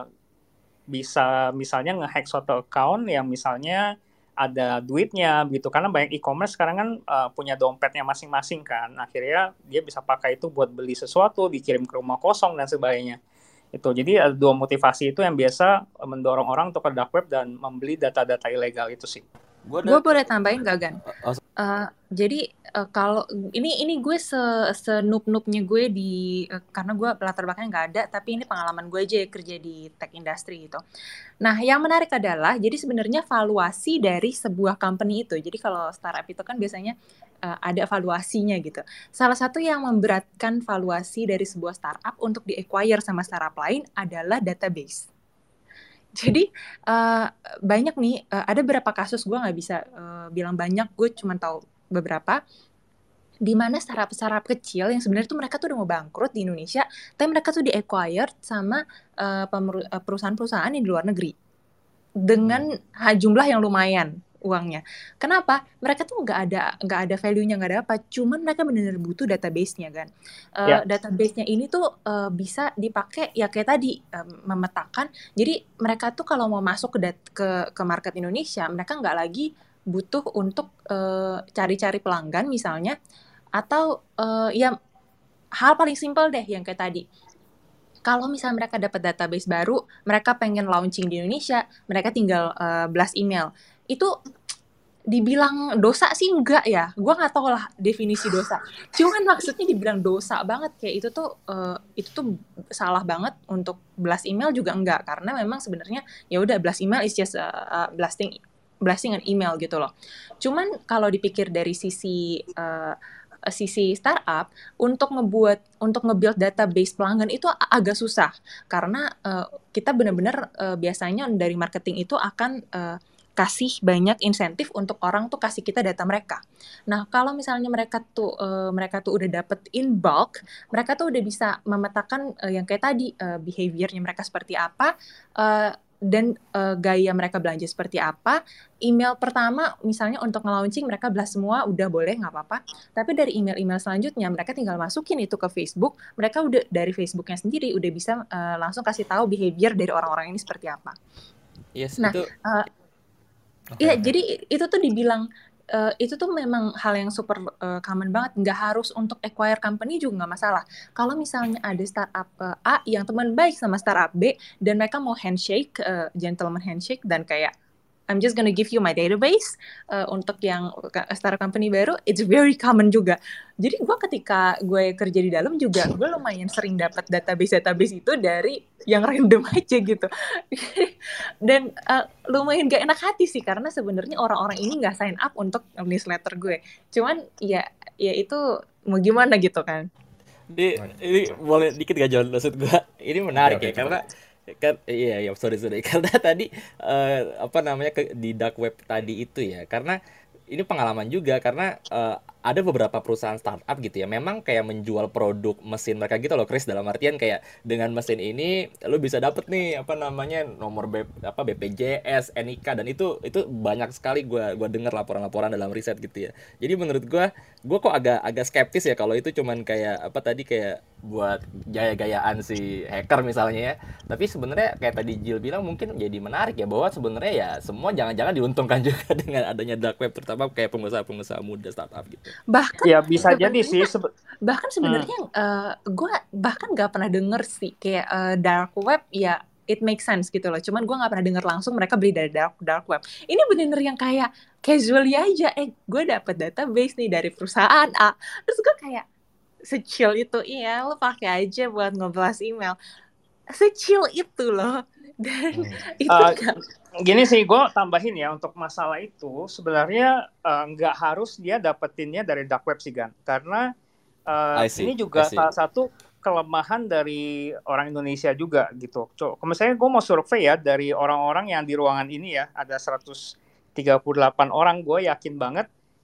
bisa misalnya nge-hack suatu account yang misalnya ada duitnya gitu, karena banyak e-commerce sekarang kan punya dompetnya masing-masing kan, akhirnya dia bisa pakai itu buat beli sesuatu, dikirim ke rumah kosong dan sebagainya. Itu jadi ada dua motivasi itu yang biasa mendorong orang untuk ke dark web dan membeli data-data ilegal itu sih. Gue Gue boleh tambahin gak, Gan? Oh, Jadi kalau ini gue senoob-noobnya gue di karena gue latar belakangnya nggak ada, tapi ini pengalaman gue aja ya kerja di tech industry gitu. Nah, yang menarik adalah jadi sebenarnya valuasi dari sebuah company itu. Jadi kalau startup itu kan biasanya ada valuasinya gitu. Salah satu yang memberatkan valuasi dari sebuah startup untuk di-acquire sama startup lain adalah database. Jadi banyak nih, ada beberapa kasus, gue nggak bisa bilang banyak, gue cuma tahu beberapa, di mana startup kecil yang sebenarnya tuh mereka tuh udah mau bangkrut di Indonesia, tapi mereka tuh di-acquired sama perusahaan-perusahaan yang di luar negeri dengan jumlah yang lumayan uangnya. Kenapa? Mereka tuh nggak ada value-nya, nggak ada apa. Cuman mereka benar-benar butuh database-nya kan. Ya. Database-nya ini tuh bisa dipakai ya kayak tadi memetakan. Jadi mereka tuh kalau mau masuk ke market Indonesia, mereka nggak lagi butuh untuk cari-cari pelanggan misalnya, atau ya hal paling simpel deh yang kayak tadi. Kalau misalnya mereka dapat database baru, mereka pengen launching di Indonesia, mereka tinggal blast email. Itu dibilang dosa sih enggak ya, gue nggak tahu lah definisi dosa. Cuman maksudnya dibilang dosa banget, kayak itu tuh salah banget. Untuk blast email juga enggak, karena memang sebenarnya ya udah blast email is just blasting an email gitu loh. Cuman kalau dipikir dari sisi startup, untuk nge-build database pelanggan itu agak susah, karena kita benar-benar biasanya dari marketing itu akan kasih banyak insentif untuk orang tuh kasih kita data mereka. Nah, kalau misalnya mereka tuh udah dapet in bulk, mereka tuh udah bisa memetakan yang kayak tadi behaviornya mereka seperti apa, dan gaya mereka belanja seperti apa. Email pertama misalnya untuk nge-launching mereka blast semua, udah boleh, nggak apa-apa. Tapi dari email-email selanjutnya mereka tinggal masukin itu ke Facebook, mereka udah dari Facebooknya sendiri udah bisa langsung kasih tahu behavior dari orang-orang ini seperti apa. yes, Nah, itu iya, jadi itu tuh dibilang itu tuh memang hal yang super common banget. Nggak harus untuk acquire company juga nggak masalah. Kalau misalnya ada startup A yang teman baik sama startup B dan mereka mau handshake, gentleman handshake, dan kayak I'm just gonna give you my database untuk yang startup company baru, it's very common juga. Jadi gue ketika gue kerja di dalam juga, gue lumayan sering dapat database itu dari yang random aja gitu. Dan lumayan gak enak hati sih, karena sebenarnya orang-orang ini nggak sign up untuk newsletter gue. Cuman ya itu mau gimana gitu kan. Ini boleh dikit gak John? Maksud gue ini menarik Oke, ya, karena kan sorry karena tadi apa namanya di dark web tadi itu ya, karena ini pengalaman juga karena ada beberapa perusahaan startup gitu ya, memang kayak menjual produk mesin mereka gitu loh Chris, dalam artian kayak dengan mesin ini lu bisa dapet nih apa namanya nomor BPJS, NIK, dan itu banyak sekali gua dengar laporan-laporan dalam riset gitu ya. Jadi menurut gua kok agak skeptis ya kalau itu cuman kayak apa tadi, kayak buat gaya-gayaan si hacker misalnya ya. Tapi sebenarnya kayak tadi Jill bilang mungkin jadi menarik ya, bahwa sebenarnya ya semua jangan-jangan diuntungkan juga dengan adanya dark web, terutama kayak pengusaha-pengusaha muda startup gitu. Bahkan Ya bisa jadi sih. bahkan sebenarnya gue bahkan nggak pernah denger sih kayak dark web ya, it makes sense gitu loh. Cuman gue nggak pernah denger langsung mereka beli dari dark web. Ini bener-bener yang kayak casually aja, gue dapet database nih dari perusahaan A, terus gue kayak secil itu, iya lo pakai aja buat ngebalas email, secil itu loh. Dan itu gini sih, gue tambahin ya, untuk masalah itu sebenarnya nggak harus dia dapetinnya dari dark web sih Gan, karena ini juga salah satu kelemahan dari orang Indonesia juga gitu. Kalau misalnya gue mau survei ya dari orang-orang yang di ruangan ini ya, ada 138 orang, gue yakin banget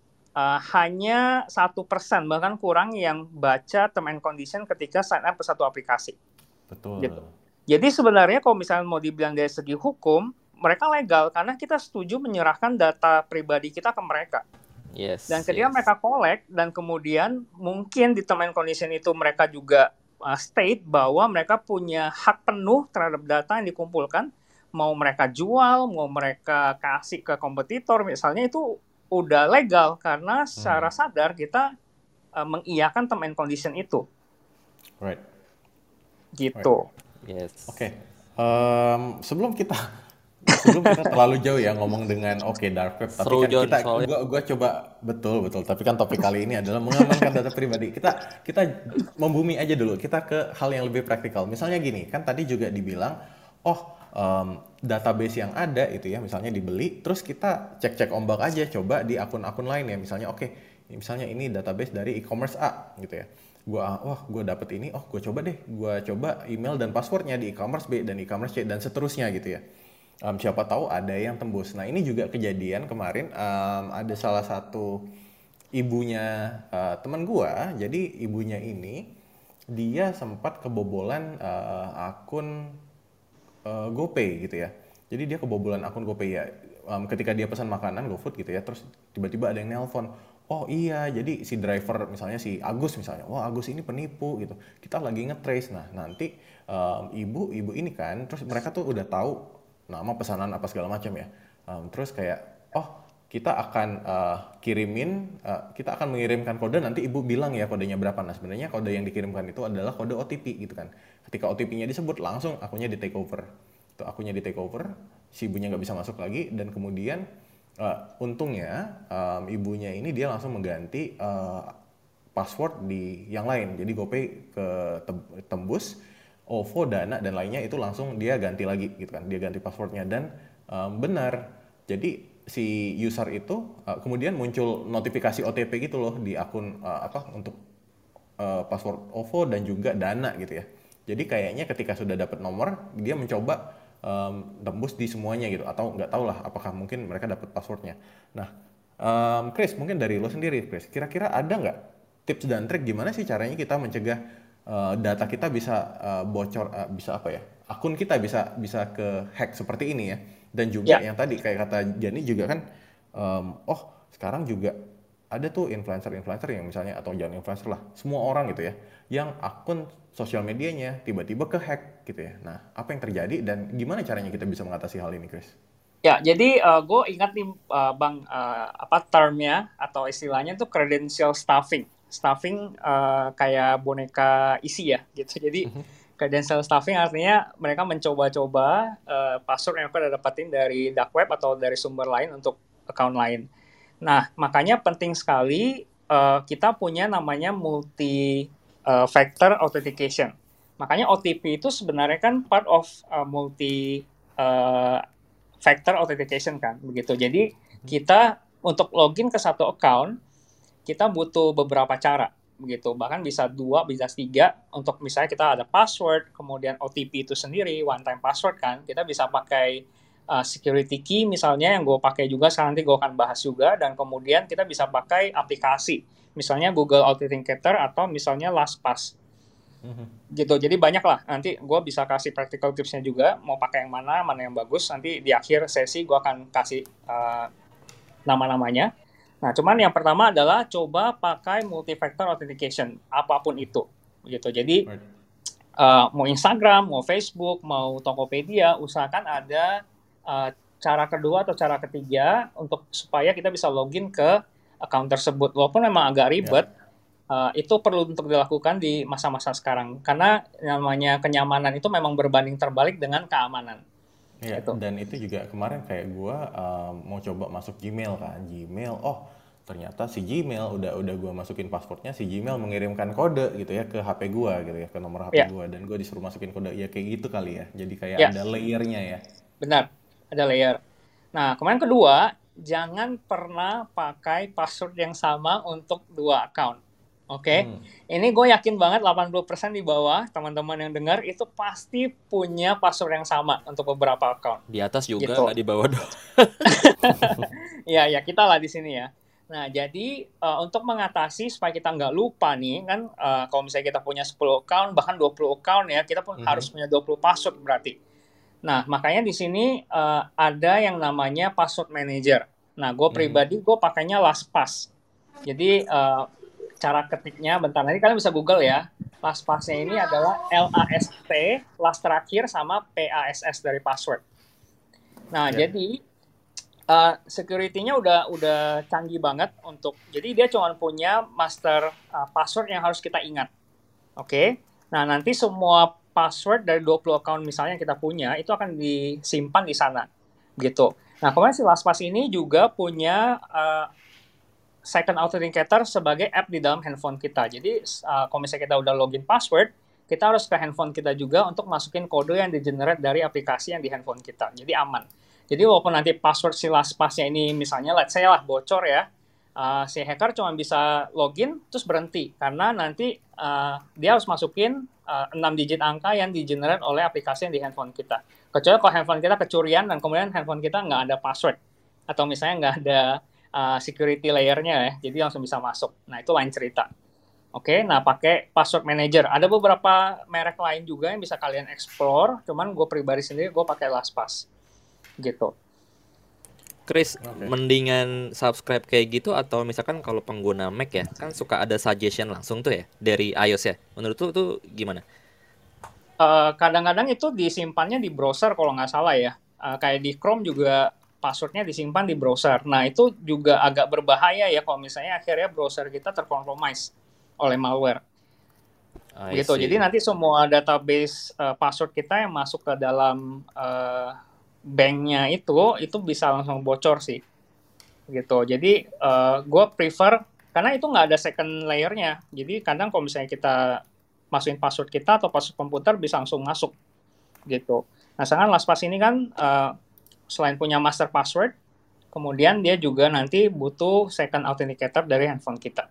hanya 1% bahkan kurang yang baca term and condition ketika sign up ke satu aplikasi. Betul. Gitu. Jadi sebenarnya kalau misalnya mau dibilang dari segi hukum, mereka legal karena kita setuju menyerahkan data pribadi kita ke mereka. Yes. Dan ketika mereka collect dan kemudian mungkin di term and condition itu mereka juga state bahwa mereka punya hak penuh terhadap data yang dikumpulkan, mau mereka jual, mau mereka kasih ke kompetitor misalnya, itu udah legal karena secara sadar kita mengiyakan term and condition itu. Right. Gitu. Yes. Oke. Sebelum kita terlalu jauh ya ngomong dengan dark web, tapi kan gua coba betul, tapi kan topik kali ini adalah mengamankan data pribadi. Kita membumi aja dulu, kita ke hal yang lebih praktikal. Misalnya gini, kan tadi juga dibilang database yang ada itu ya, misalnya dibeli, terus kita cek ombak aja, coba di akun-akun lain ya, misalnya misalnya ini database dari e-commerce A gitu ya. Gue dapet ini, gue coba email dan passwordnya di e-commerce B dan e-commerce C dan seterusnya gitu ya. Siapa tahu ada yang tembus. Nah ini juga kejadian kemarin, ada salah satu ibunya teman gue. Jadi ibunya ini dia sempat kebobolan akun GoPay gitu ya. Jadi dia kebobolan akun GoPay ya. Ketika dia pesan makanan GoFood gitu ya, terus tiba-tiba ada yang nelpon. Oh iya, jadi si driver misalnya si Agus misalnya, wah Agus ini penipu gitu. Kita lagi nge-trace. Nah nanti ibu ini kan, terus mereka tuh udah tahu nama pesanan apa segala macam ya. Terus kayak kita akan kita akan mengirimkan kode, nanti ibu bilang ya kodenya berapa. Nah sebenarnya kode yang dikirimkan itu adalah kode OTP gitu kan. Ketika OTP-nya disebut langsung akunnya di take over. Itu akunnya di take over, si ibunya nggak bisa masuk lagi, dan kemudian untungnya ibunya ini dia langsung mengganti password di yang lain. Jadi GoPay ke tembus, OVO, Dana dan lainnya itu langsung dia ganti lagi gitu kan. Dia ganti passwordnya dan benar. Jadi si user itu kemudian muncul notifikasi OTP gitu loh di akun untuk password OVO dan juga Dana gitu ya. Jadi kayaknya ketika sudah dapat nomor, dia mencoba tembus di semuanya gitu, atau nggak tahu lah apakah mungkin mereka dapat passwordnya. Nah, Chris, mungkin dari lo sendiri, Chris, kira-kira ada nggak tips dan trik gimana sih caranya kita mencegah data kita bisa bocor, bisa akun kita bisa ke hack seperti ini ya. Dan juga yang tadi kayak kata Jani juga kan, sekarang juga ada tuh influencer yang misalnya, atau jangan influencer lah, semua orang gitu ya, yang akun sosial medianya tiba-tiba ke hack gitu ya. Nah, apa yang terjadi dan gimana caranya kita bisa mengatasi hal ini, Chris? Ya, jadi gue ingat nih Bang, termnya atau istilahnya tuh credential stuffing. Stuffing kayak boneka isi ya gitu. Jadi credential stuffing artinya mereka mencoba-coba password yang udah dapetin dari dark web atau dari sumber lain untuk account lain. Nah, makanya penting sekali kita punya namanya multi factor authentication. Makanya OTP itu sebenarnya kan part of multi factor authentication kan, begitu. Jadi kita untuk login ke satu account kita butuh beberapa cara, begitu. Bahkan bisa 2, bisa 3. Untuk misalnya kita ada password, kemudian OTP itu sendiri, one time password kan, kita bisa pakai security key misalnya yang gue pakai juga, sekarang nanti gue akan bahas juga, dan kemudian kita bisa pakai aplikasi, misalnya Google Authenticator atau misalnya LastPass. Gitu, jadi banyak lah, nanti gue bisa kasih practical tipsnya juga, mau pakai yang mana yang bagus, nanti di akhir sesi gue akan kasih nama-namanya. Nah, cuman yang pertama adalah coba pakai multi-factor authentication, apapun itu, gitu. Jadi mau Instagram, mau Facebook, mau Tokopedia, usahakan ada cara kedua atau cara ketiga untuk supaya kita bisa login ke account tersebut. Walaupun memang agak ribet, itu perlu untuk dilakukan di masa-masa sekarang, karena namanya kenyamanan itu memang berbanding terbalik dengan keamanan. Iya, Gitu. dan itu juga kemarin kayak gue mau coba masuk Gmail kan, Gmail, oh ternyata si Gmail udah gue masukin passwordnya, si Gmail mengirimkan kode gitu ya ke HP gue gitu ya, ke nomor HP gue, dan gue disuruh masukin kode, ya kayak gitu kali ya, jadi kayak ada layernya ya. Benar, ada layer. Nah, kemudian kedua, jangan pernah pakai password yang sama untuk 2 account. Oke, ini gue yakin banget 80% di bawah teman-teman yang dengar itu pasti punya password yang sama untuk beberapa account. Di atas juga, Gitu. nggak di bawah doang. Ya kita lah di sini ya. Nah, jadi untuk mengatasi supaya kita nggak lupa nih, kan kalau misalnya kita punya 10 account, bahkan 20 account ya, kita pun harus punya 20 password berarti. Nah, makanya di sini ada yang namanya password manager. Nah, gue pribadi, gue pakainya LastPass. Jadi, cara ketiknya, bentar, nanti kalian bisa Google ya. LastPass-nya ini adalah LAST, last terakhir, sama PASS dari password. Nah, jadi security-nya udah canggih banget untuk, jadi dia cuma punya master password yang harus kita ingat. Oke? Nah, nanti semua password dari 20 account misalnya yang kita punya, itu akan disimpan di sana. Gitu. Nah, kemudian si LastPass ini juga punya second authenticator sebagai app di dalam handphone kita. Jadi, kalau misalnya kita udah login password, kita harus ke handphone kita juga untuk masukin kode yang di-generate dari aplikasi yang di handphone kita. Jadi aman. Jadi walaupun nanti password si LastPass-nya ini misalnya let's say lah bocor ya, si hacker cuma bisa login terus berhenti, karena nanti dia harus masukin 6 digit angka yang di-generate oleh aplikasi yang di handphone kita. Kecuali kalau handphone kita kecurian dan kemudian handphone kita nggak ada password, atau misalnya nggak ada security layer-nya ya, jadi langsung bisa masuk. Nah, itu lain cerita. Oke, nah pakai password manager. Ada beberapa merek lain juga yang bisa kalian explore, cuman gue pribadi sendiri gue pakai LastPass. Gitu. Chris, mendingan subscribe kayak gitu atau misalkan kalau pengguna Mac ya, kan suka ada suggestion langsung tuh ya dari iOS ya. Menurut tuh gimana? Kadang-kadang itu disimpannya di browser kalau nggak salah ya. Kayak di Chrome juga passwordnya disimpan di browser. Nah, itu juga agak berbahaya ya kalau misalnya akhirnya browser kita terkompromis oleh malware. Gitu. Jadi nanti semua database password kita yang masuk ke dalam banknya itu bisa langsung bocor sih. Gitu. Jadi gue prefer, karena itu nggak ada second layer-nya. Jadi kadang kalau misalnya kita masukin password kita atau password komputer bisa langsung masuk. Gitu. Nah, sedangkan LastPass ini kan selain punya master password, kemudian dia juga nanti butuh second authenticator dari handphone kita.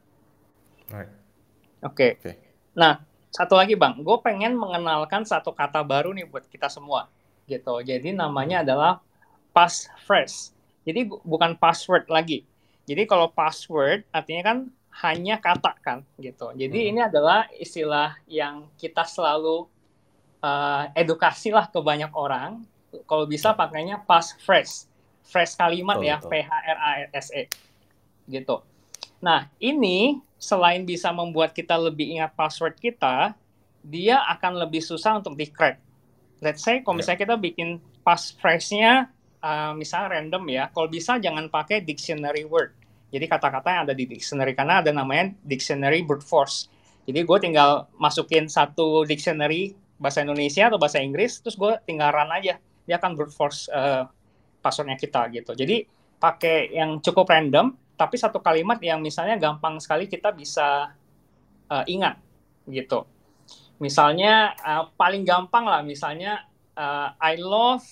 Oke. Nah, satu lagi Bang, gue pengen mengenalkan satu kata baru nih buat kita semua. Gitu. Jadi namanya adalah passphrase. Jadi bukan password lagi. Jadi kalau password artinya kan hanya kata kan, gitu. Jadi ini adalah istilah yang kita selalu edukasi lah ke banyak orang. Kalau bisa pakainya passphrase, phrase kalimat ya, PHRASE, gitu. Nah, ini selain bisa membuat kita lebih ingat password kita, dia akan lebih susah untuk di-crack. Let's say, kalau misalnya kita bikin passphrase-nya, misalnya random ya, kalau bisa jangan pakai dictionary word. Jadi kata-kata yang ada di dictionary, karena ada namanya dictionary brute force. Jadi gue tinggal masukin satu dictionary bahasa Indonesia atau bahasa Inggris, terus gue tinggal run aja. Dia akan brute force passwordnya kita gitu. Jadi pakai yang cukup random, tapi satu kalimat yang misalnya gampang sekali kita bisa ingat gitu. Misalnya paling gampang lah, misalnya I love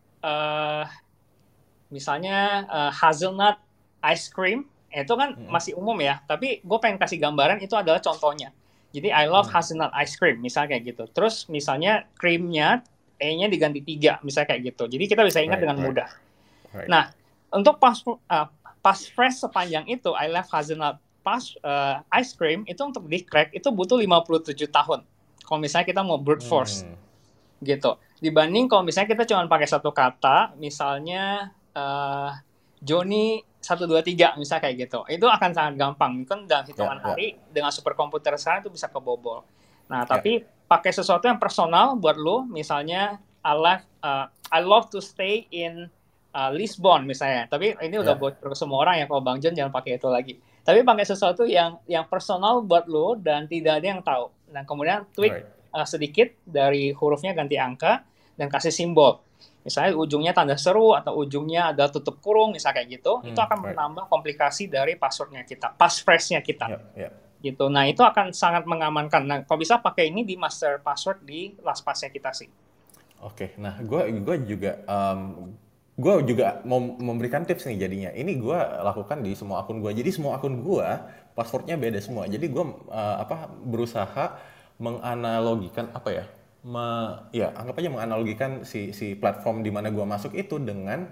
misalnya hazelnut ice cream, itu kan masih umum ya, tapi gue pengen kasih gambaran itu adalah contohnya. Jadi I love hazelnut ice cream, misalnya kayak gitu. Terus misalnya creamnya E-nya diganti 3, misalnya kayak gitu. Jadi kita bisa ingat dengan mudah. Right. Nah, untuk passphrase sepanjang itu, I love hazelnut ice cream, itu untuk di crack itu butuh 57 tahun. Kalau misalnya kita mau brute force. Gitu. Dibanding kalau misalnya kita cuma pakai satu kata, misalnya Johnny 123, misalnya kayak gitu. Itu akan sangat gampang. Kan dalam hitungan hari, dengan superkomputer sekarang itu bisa kebobol. Nah, tapi pakai sesuatu yang personal buat lo, misalnya I love to stay in Lisbon misalnya. Tapi ini udah bocor ke semua orang ya, kalau Bang John jangan pakai itu lagi. Tapi pakai sesuatu yang personal buat lo dan tidak ada yang tahu. Dan kemudian tweak sedikit dari hurufnya ganti angka dan kasih simbol. Misalnya ujungnya tanda seru atau ujungnya ada tutup kurung, misalnya kayak gitu. Itu akan menambah komplikasi dari passwordnya kita, passphrase-nya kita. Gitu. Nah, itu akan sangat mengamankan. Nah, kalau bisa pakai ini di master password di LastPass-nya kita sih. Oke, nah gue juga mau memberikan tips nih jadinya. Ini gue lakukan di semua akun gue. Jadi semua akun gue passwordnya beda semua. Jadi gue berusaha menganalogikan anggap aja menganalogikan si platform di mana gue masuk itu dengan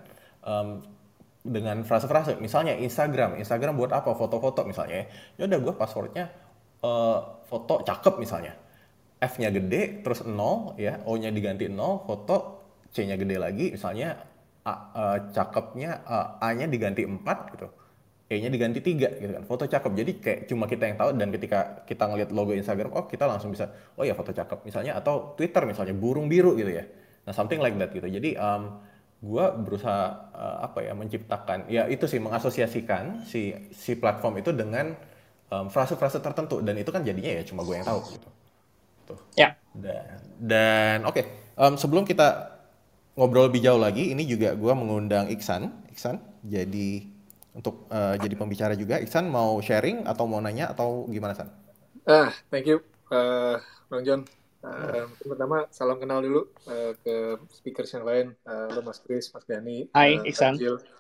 frase-frase. Misalnya Instagram buat apa? Foto-foto misalnya. Ya udah gue passwordnya foto cakep misalnya. F-nya gede, terus 0, ya, O-nya diganti 0, foto, C-nya gede lagi, misalnya cakepnya, A-nya diganti 4, gitu. E-nya diganti 3, gitu kan. Foto cakep, jadi kayak cuma kita yang tahu, dan ketika kita ngeliat logo Instagram, oh kita langsung bisa, oh ya foto cakep, misalnya, atau Twitter misalnya, burung biru gitu ya. Nah, something like that gitu. Jadi, gue berusaha, menciptakan, ya itu sih, mengasosiasikan si platform itu dengan frase-frase tertentu, dan itu kan jadinya ya cuma gue yang tahu, gitu. Ya. Dan oke. Sebelum kita ngobrol lebih jauh lagi, ini juga gue mengundang Iksan jadi untuk jadi pembicara juga. Iksan mau sharing atau mau nanya atau gimana, San? Thank you Bang John. Pertama salam kenal dulu ke speakers yang lain, lo Mas Chris, Mas Gani, Hai Iksan.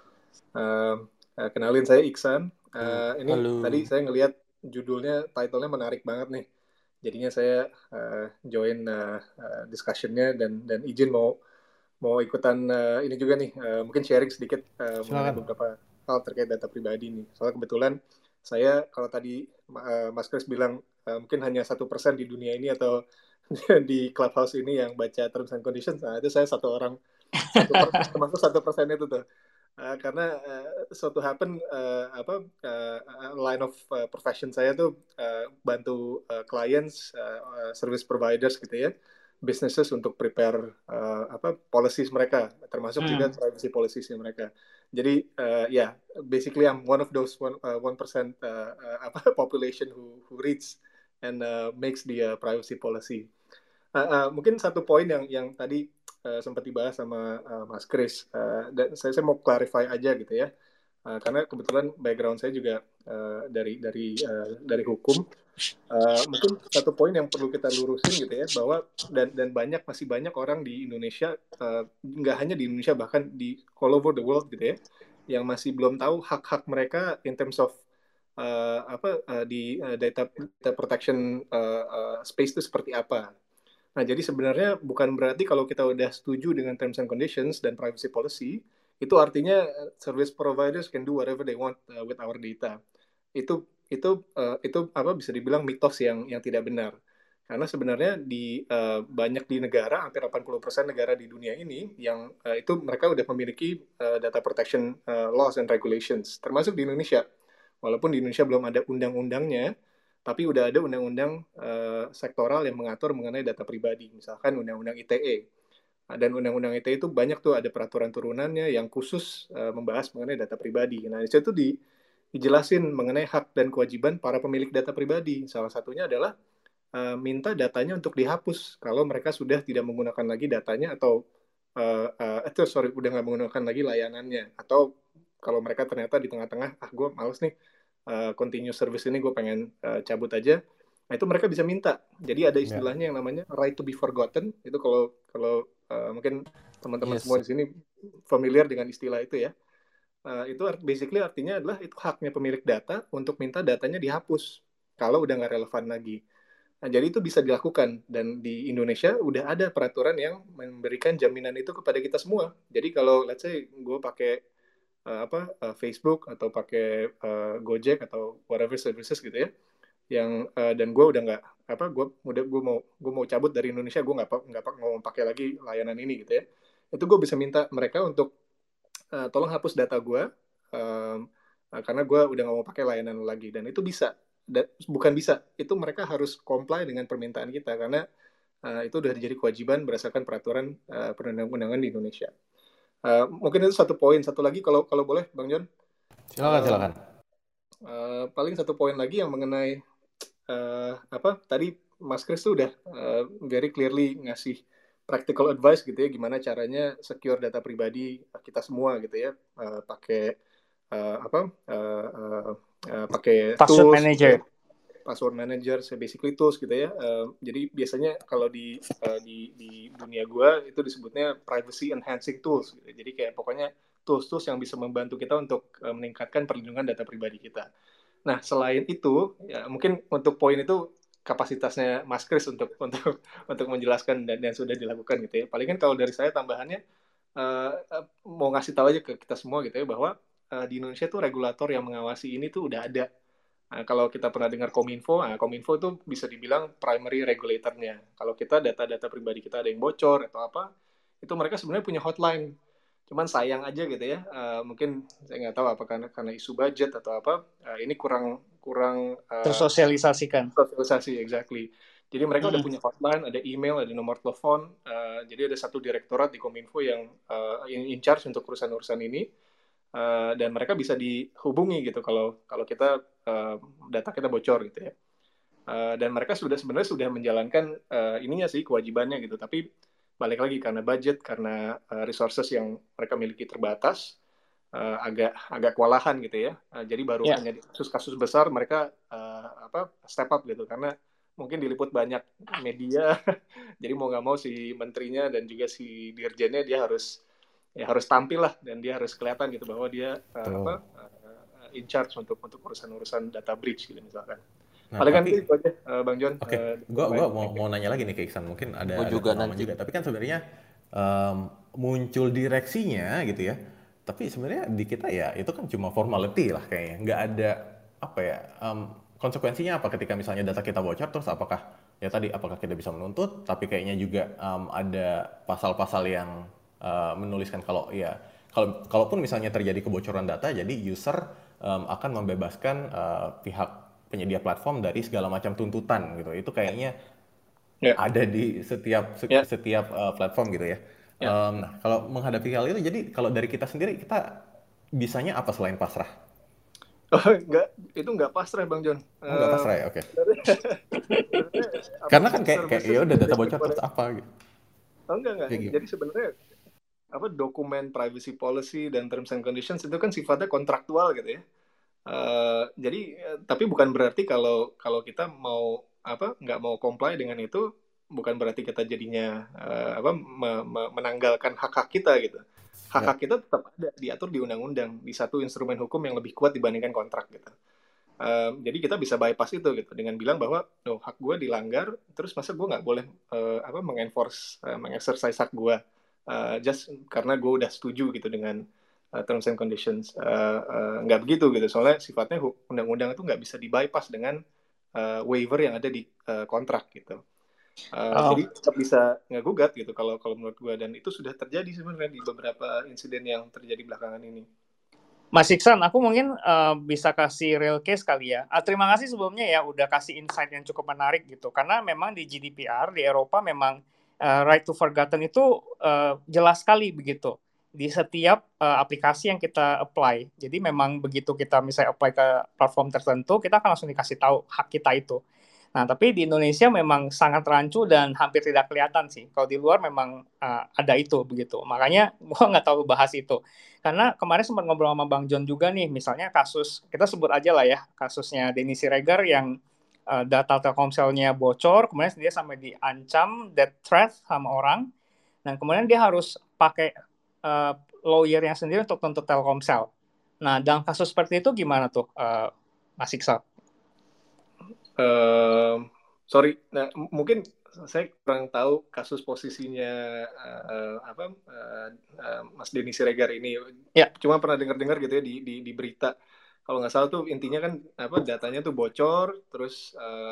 Kenalin saya Iksan. Ini Halo. tadi saya ngelihat judulnya, title-nya menarik banget nih. Jadinya saya join discussion-nya dan izin mau ikutan ini juga nih, mungkin sharing sedikit mengenai beberapa hal terkait data pribadi nih. Soalnya kebetulan saya, kalau tadi Mas Chris bilang mungkin hanya 1% di dunia ini atau di Clubhouse ini yang baca terms and conditions, nah itu saya termasuk 1% itu tuh. Karena suatu happen line of profession saya tuh bantu clients, service providers gitu ya, businesses untuk prepare policies mereka, termasuk juga privacy policies mereka. Jadi basically I'm one of those 1% population who reads and makes the privacy policy. Mungkin satu poin yang tadi sempat dibahas sama Mas Chris, dan saya mau clarify aja gitu ya, karena kebetulan background saya juga dari hukum. Mungkin satu poin yang perlu kita lurusin gitu ya, bahwa dan masih banyak orang di Indonesia, nggak hanya di Indonesia, bahkan di all over the world gitu ya, yang masih belum tahu hak-hak mereka in terms of di data protection space itu seperti apa. Nah, jadi sebenarnya bukan berarti kalau kita udah setuju dengan terms and conditions dan privacy policy, itu artinya service providers can do whatever they want with our data. Itu bisa dibilang mitos yang tidak benar. Karena sebenarnya banyak di negara, hampir 80% negara di dunia ini, yang itu mereka udah memiliki data protection laws and regulations, termasuk di Indonesia. Walaupun di Indonesia belum ada undang-undangnya, tapi udah ada undang-undang sektoral yang mengatur mengenai data pribadi, misalkan undang-undang ITE. Dan undang-undang ITE itu banyak tuh, ada peraturan turunannya yang khusus membahas mengenai data pribadi. Nah, di situ dijelasin mengenai hak dan kewajiban para pemilik data pribadi. Salah satunya adalah minta datanya untuk dihapus kalau mereka sudah tidak menggunakan lagi datanya, atau udah nggak menggunakan lagi layanannya, atau kalau mereka ternyata di tengah-tengah, gue males nih continuous service ini, gue pengen cabut aja. Nah, itu mereka bisa minta. Jadi ada istilahnya yang namanya right to be forgotten. Itu kalau mungkin teman-teman semua di sini familiar dengan istilah itu ya. Itu basically artinya adalah itu haknya pemilik data untuk minta datanya dihapus kalau udah nggak relevan lagi. Nah, jadi itu bisa dilakukan, dan di Indonesia udah ada peraturan yang memberikan jaminan itu kepada kita semua. Jadi kalau let's say gue pakai Facebook atau pakai Gojek atau whatever services gitu ya, yang dan gue udah nggak gue mau cabut dari Indonesia, gue nggak mau pakai lagi layanan ini gitu ya, itu gue bisa minta mereka untuk tolong hapus data gue, karena gue udah nggak mau pakai layanan lagi, dan itu bisa. Bukan bisa, itu mereka harus comply dengan permintaan kita, karena itu udah jadi kewajiban berdasarkan peraturan perundang-undangan di Indonesia. Mungkin itu satu poin. Satu lagi kalau boleh Bang John. Silakan. Paling satu poin lagi yang mengenai tadi Mas Chris tuh udah very clearly ngasih practical advice gitu ya, gimana caranya secure data pribadi kita semua gitu ya, pakai pakai Password tools, manager. Password manager, basically tools gitu ya. Jadi biasanya kalau di dunia gua itu disebutnya privacy enhancing tools gitu. Jadi kayak pokoknya tools-tools yang bisa membantu kita untuk meningkatkan perlindungan data pribadi kita. Nah, selain itu, ya mungkin untuk poin itu kapasitasnya Mas Chris untuk menjelaskan dan sudah dilakukan gitu ya. Paling kan kalau dari saya tambahannya mau ngasih tahu aja ke kita semua gitu ya, bahwa di Indonesia tuh regulator yang mengawasi ini tuh udah ada. Nah, kalau kita pernah dengar Kominfo, Kominfo itu bisa dibilang primary regulatornya. Kalau kita data-data pribadi kita ada yang bocor atau apa, itu mereka sebenarnya punya hotline. Cuman sayang aja gitu ya, mungkin saya nggak tahu apa karena isu budget atau apa, ini kurang Tersosialisasikan. sosialisasi, exactly. Jadi mereka udah punya hotline, ada email, ada nomor telepon. Jadi ada satu direktorat di Kominfo yang in charge untuk urusan-urusan ini, dan mereka bisa dihubungi gitu kalau kita data kita bocor gitu ya. Dan mereka sebenarnya sudah menjalankan ininya sih, kewajibannya gitu. Tapi balik lagi karena budget, karena resources yang mereka miliki terbatas, agak kewalahan gitu ya. Jadi baru hanya di kasus-kasus besar mereka step up gitu, karena mungkin diliput banyak media. Jadi mau nggak mau si menterinya dan juga si dirjennya dia harus tampil lah, dan dia harus kelihatan gitu bahwa dia in charge untuk urusan data breach gitu misalkan. Nah, Paling kan tapi itu aja Bang John. Oke, gua mau nanya lagi nih ke Iksan, mungkin ada juga pengalaman nanti. juga. Tapi kan sebenarnya muncul direksinya gitu ya. Tapi sebenarnya di kita ya itu kan cuma formality lah kayaknya. Nggak ada apa ya, konsekuensinya apa ketika misalnya data kita bocor, terus apakah kita bisa menuntut, tapi kayaknya juga ada pasal-pasal yang menuliskan kalau ya kalaupun misalnya terjadi kebocoran data, jadi user akan membebaskan pihak penyedia platform dari segala macam tuntutan gitu. Itu kayaknya ada di setiap platform gitu ya. Nah, kalau menghadapi hal itu, jadi kalau dari kita sendiri, kita bisanya apa selain pasrah? Itu nggak pasrah Bang John. Nggak pasrah ya, oke. Karena kan kayak ya udah data bocor terus apa gitu. Enggak. Jadi sebenarnya dokumen privacy policy dan terms and conditions itu kan sifatnya kontraktual gitu ya. Jadi tapi bukan berarti kalau kita mau nggak mau comply dengan itu, bukan berarti kita jadinya menanggalkan hak-hak kita gitu. Hak-hak kita tetap ada, diatur di undang-undang, di satu instrumen hukum yang lebih kuat dibandingkan kontrak gitu. Jadi kita bisa bypass itu gitu dengan bilang bahwa hak gue dilanggar, terus masa gue nggak boleh mengexercise hak gue just karena gue udah setuju gitu dengan terms and conditions. Nggak begitu gitu, soalnya sifatnya undang-undang itu nggak bisa di-bypass dengan waiver yang ada di kontrak gitu. Jadi tetap bisa ngegugat gitu kalau menurut gue, dan itu sudah terjadi sebenarnya di beberapa insiden yang terjadi belakangan ini. Mas Iksan, aku mungkin bisa kasih real case kali ya. Terima kasih sebelumnya ya udah kasih insight yang cukup menarik gitu, karena memang di GDPR di Eropa memang right to forgotten itu jelas sekali begitu di setiap aplikasi yang kita apply. Jadi memang begitu kita misalnya apply ke platform tertentu, kita akan langsung dikasih tahu hak kita itu. Nah, tapi di Indonesia memang sangat rancu dan hampir tidak kelihatan sih. Kalau di luar memang ada itu begitu. Makanya gua nggak tahu bahas itu. Karena kemarin sempat ngobrol sama Bang John juga nih, misalnya kasus, kita sebut aja lah ya, kasusnya Denny Siregar yang data Telkomselnya bocor, kemudian dia sampai diancam death threat sama orang, dan kemudian dia harus pakai lawyernya sendiri untuk tuntut Telkomsel. Nah, dalam kasus seperti itu gimana tuh, Mas Iqsal? sorry, nah, mungkin saya kurang tahu kasus posisinya Mas Denny Siregar ini. Ya. Cuma pernah dengar-dengar gitu ya di berita. Kalau nggak salah tuh intinya kan datanya tuh bocor, terus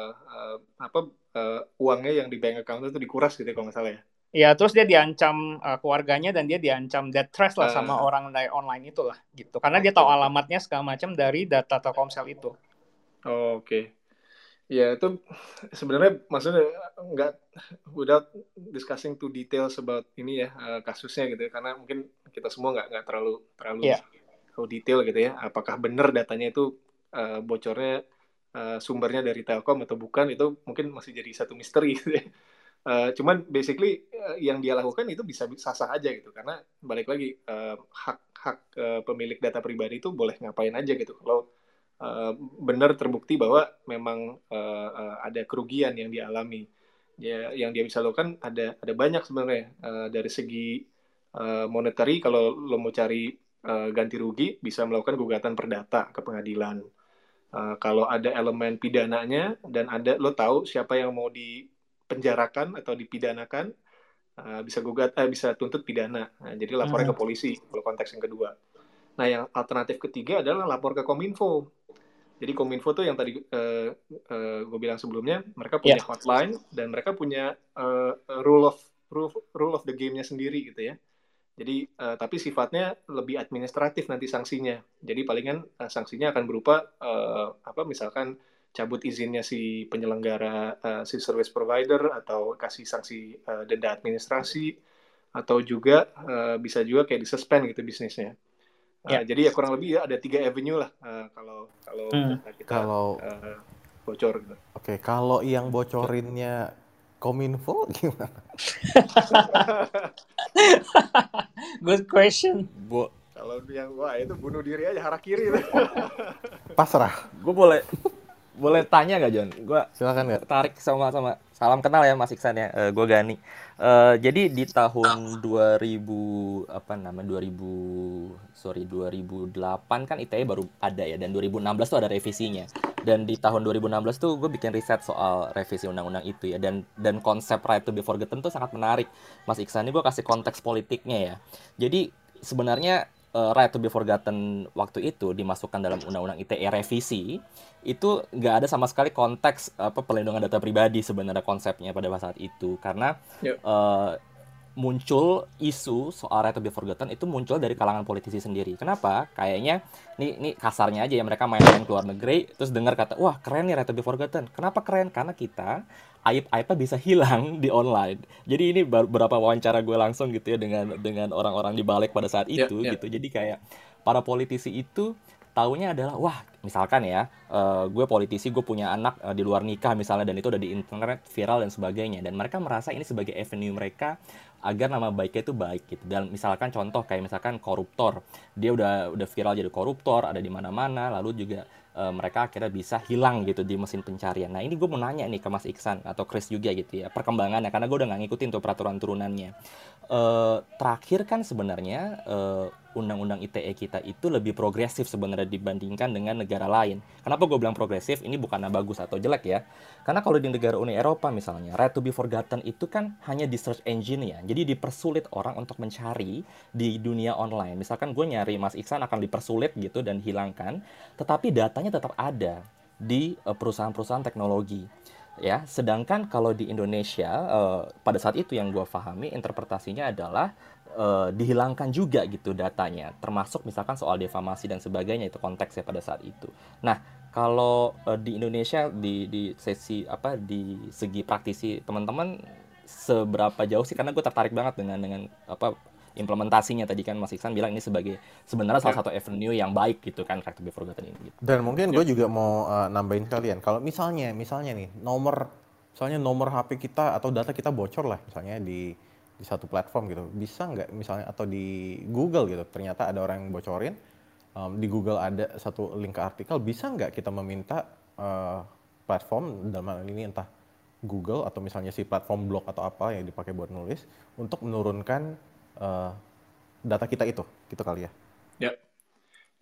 uangnya yang di bank account itu dikuras gitu ya, kalau nggak salah ya. Ya, terus dia diancam keluarganya dan dia diancam death threat lah sama orang dari online itu lah gitu. Karena dia tahu alamatnya segala macam dari data Telkomsel itu. Oke. Ya itu sebenarnya maksudnya nggak without discussing too details about ini ya kasusnya gitu ya, karena mungkin kita semua nggak terlalu detail gitu ya. Apakah benar datanya itu bocornya sumbernya dari Telkom atau bukan, itu mungkin masih jadi satu misteri gitu ya. Cuman basically yang dia lakukan itu bisa sah-sah aja gitu, karena balik lagi hak pemilik data pribadi itu boleh ngapain aja gitu. Kalau benar terbukti bahwa memang ada kerugian yang dialami, ya, yang dia bisa lakukan ada banyak sebenarnya. Dari segi monetary, kalau lo mau cari ganti rugi, bisa melakukan gugatan perdata ke pengadilan. Kalau ada elemen pidananya dan lo tahu siapa yang mau dipenjarakan atau dipidanakan, bisa tuntut pidana. Nah, jadi lapornya ke polisi kalau konteks yang kedua. Nah, yang alternatif ketiga adalah lapor ke Kominfo. Jadi Kominfo tuh yang tadi gue bilang sebelumnya, mereka punya hotline dan mereka punya rule of the game-nya sendiri gitu ya. Jadi tapi sifatnya lebih administratif nanti sanksinya. Jadi palingan sanksinya akan berupa misalkan cabut izinnya si penyelenggara, si service provider, atau kasih sanksi denda administrasi, atau juga bisa juga kayak disuspend gitu bisnisnya. Jadi ya kurang lebih ya ada 3 avenue lah kalau data kita bocor gitu. Oke, kalau yang bocorinnya Kominfo gimana? Good question. Kalau yang itu bunuh diri aja, harakiri. Pasrah. Gue boleh tanya gak, John? Gue silakan ya. Tertarik sama salam kenal ya Mas Iksan ya. Gue Gani. Jadi di tahun 2008 kan ITE baru ada ya, dan 2016 tuh ada revisinya. Dan di tahun 2016 tuh gue bikin riset soal revisi undang-undang itu ya, dan konsep right to be forgotten tuh sangat menarik. Mas Iksan, ini gue kasih konteks politiknya ya. Jadi sebenarnya right to be forgotten waktu itu dimasukkan dalam undang-undang ITE revisi, itu nggak ada sama sekali konteks perlindungan data pribadi sebenarnya konsepnya pada saat itu, karena muncul isu soal right to be forgotten itu muncul dari kalangan politisi sendiri. Kenapa? Kayaknya ini kasarnya aja ya, mereka main-main ke luar negeri terus dengar kata, wah keren nih right to be forgotten. Kenapa keren? Karena kita aib-aibnya bisa hilang di online. Jadi ini beberapa wawancara gue langsung gitu ya dengan orang-orang di balik pada saat itu gitu. Jadi kayak para politisi itu taunya adalah, wah misalkan ya, gue politisi, gue punya anak di luar nikah misalnya, dan itu udah di internet viral dan sebagainya, dan mereka merasa ini sebagai avenue mereka agar nama baiknya itu baik gitu. Dan misalkan contoh kayak misalkan koruptor, dia udah viral jadi koruptor, ada di mana-mana, lalu juga mereka akhirnya bisa hilang gitu di mesin pencarian. Nah ini gue mau nanya nih ke Mas Iksan atau Chris juga gitu ya, perkembangannya, karena gue udah nggak ngikutin tuh peraturan turunannya. Terakhir kan sebenarnya undang-undang ITE kita itu lebih progresif sebenarnya dibandingkan dengan negara lain. Kenapa gue bilang progresif? Ini bukannya bagus atau jelek ya. Karena kalau di negara Uni Eropa misalnya, right to be forgotten itu kan hanya di search engine ya. Jadi dipersulit orang untuk mencari di dunia online. Misalkan gue nyari Mas Iksan akan dipersulit gitu dan hilangkan, tetapi datanya tetap ada di perusahaan-perusahaan teknologi. Ya, sedangkan kalau di Indonesia pada saat itu yang gue pahami interpretasinya adalah dihilangkan juga gitu datanya, termasuk misalkan soal defamasi dan sebagainya, itu konteksnya pada saat itu. Nah, kalau di Indonesia di sesi di segi praktisi teman-teman seberapa jauh sih? Karena gue tertarik banget dengan implementasinya. Tadi kan Mas Iksan bilang ini sebagai sebenarnya salah satu avenue yang baik gitu kan, right to be forgotten ini gitu. Dan mungkin gue juga mau nambahin kalian, kalau misalnya nih nomor HP kita atau data kita bocor lah misalnya di satu platform gitu, bisa nggak misalnya, atau di Google gitu, ternyata ada orang yang bocorin, di Google ada satu link ke artikel, bisa nggak kita meminta platform, dalam hal ini entah Google atau misalnya si platform blog atau apa yang dipakai buat nulis, untuk menurunkan data kita itu gitu kali ya?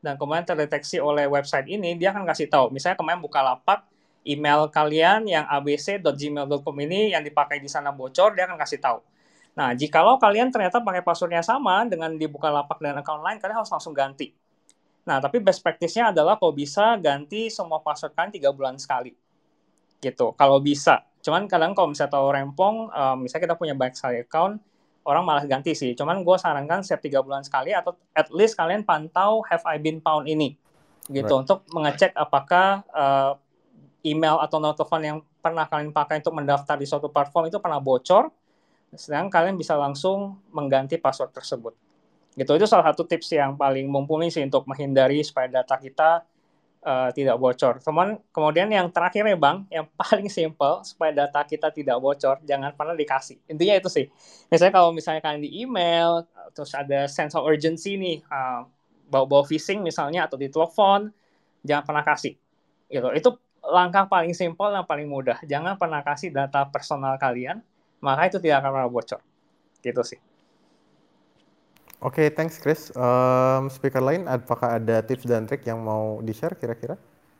dan kemudian terdeteksi oleh website ini, dia akan kasih tahu. Misalnya kemarin Bukalapak, email kalian yang abc.gmail.com ini yang dipakai di sana bocor, dia akan kasih tahu. Nah, jikalau kalian ternyata pakai passwordnya sama dengan di Bukalapak dan account lain, kalian harus langsung ganti. Nah, tapi best practice-nya adalah kalau bisa ganti semua password kalian 3 bulan sekali. Gitu, kalau bisa. Cuman kadang kalau misalnya tahu rempong, misalnya kita punya banyak sekali account, orang malah ganti sih. Cuman gue sarankan setiap 3 bulan sekali atau at least kalian pantau Have I Been Found ini. Gitu, untuk mengecek apakah email atau nomor telepon yang pernah kalian pakai untuk mendaftar di suatu platform itu pernah bocor, sedangkan kalian bisa langsung mengganti password tersebut. Gitu, itu salah satu tips yang paling mumpuni sih untuk menghindari supaya data kita tidak bocor. Kemudian yang terakhir ya Bang, yang paling simple supaya data kita tidak bocor, jangan pernah dikasih. Intinya itu sih. Misalnya kalau misalnya kalian di email, terus ada sense of urgency nih, bau-bau phishing misalnya atau di telepon, jangan pernah kasih. Gitu. Itu langkah paling simple yang paling mudah. Jangan pernah kasih data personal kalian, maka itu tidak akan pernah bocor. Gitu sih. Oke, thanks Chris. Speaker lain, apakah ada tips dan trik yang mau di-share kira-kira?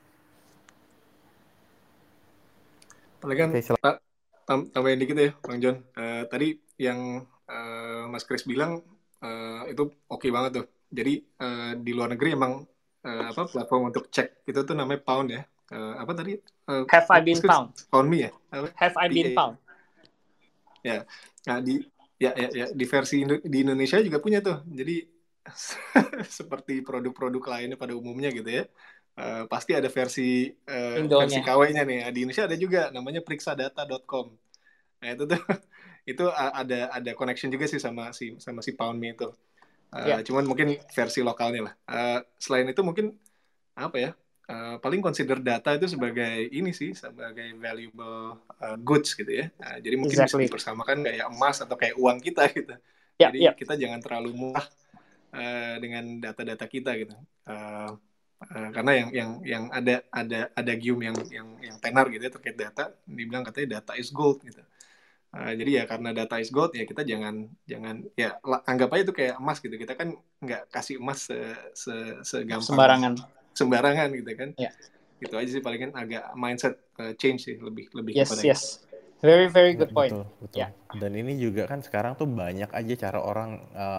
Paling kan tambahin dikit ya, Bang John. Tadi yang Mas Chris bilang itu oke banget tuh. Jadi di luar negeri emang platform untuk cek itu tuh namanya Pound ya. Apa tadi? Have I Been Found? Found Me ya? Have I Been Found? Ya. Nah, di versi di Indonesia juga punya tuh. Jadi seperti produk-produk lainnya pada umumnya gitu ya. Pasti ada versi KW-nya nih. Di Indonesia ada juga namanya periksadata.com. Nah, itu tuh itu ada connection juga sih sama si Pound Me itu. Cuman mungkin versi lokalnya lah. Selain itu mungkin apa ya? Paling consider data itu sebagai ini sih, sebagai valuable goods gitu ya. Jadi mungkin bisa dipersamakan kayak emas atau kayak uang kita gitu. Jadi kita jangan terlalu murah dengan data-data kita gitu. Karena yang ada gium yang tenar gitu ya terkait data, dibilang katanya data is gold gitu. Jadi ya karena data is gold ya kita jangan ya anggap aja itu kayak emas gitu. Kita kan nggak kasih emas segampang sembarangan gitu kan. Itu aja sih palingan agak mindset change sih lebih kepada yes. Very very good point. Betul. Yeah. Dan ini juga kan sekarang tuh banyak aja cara orang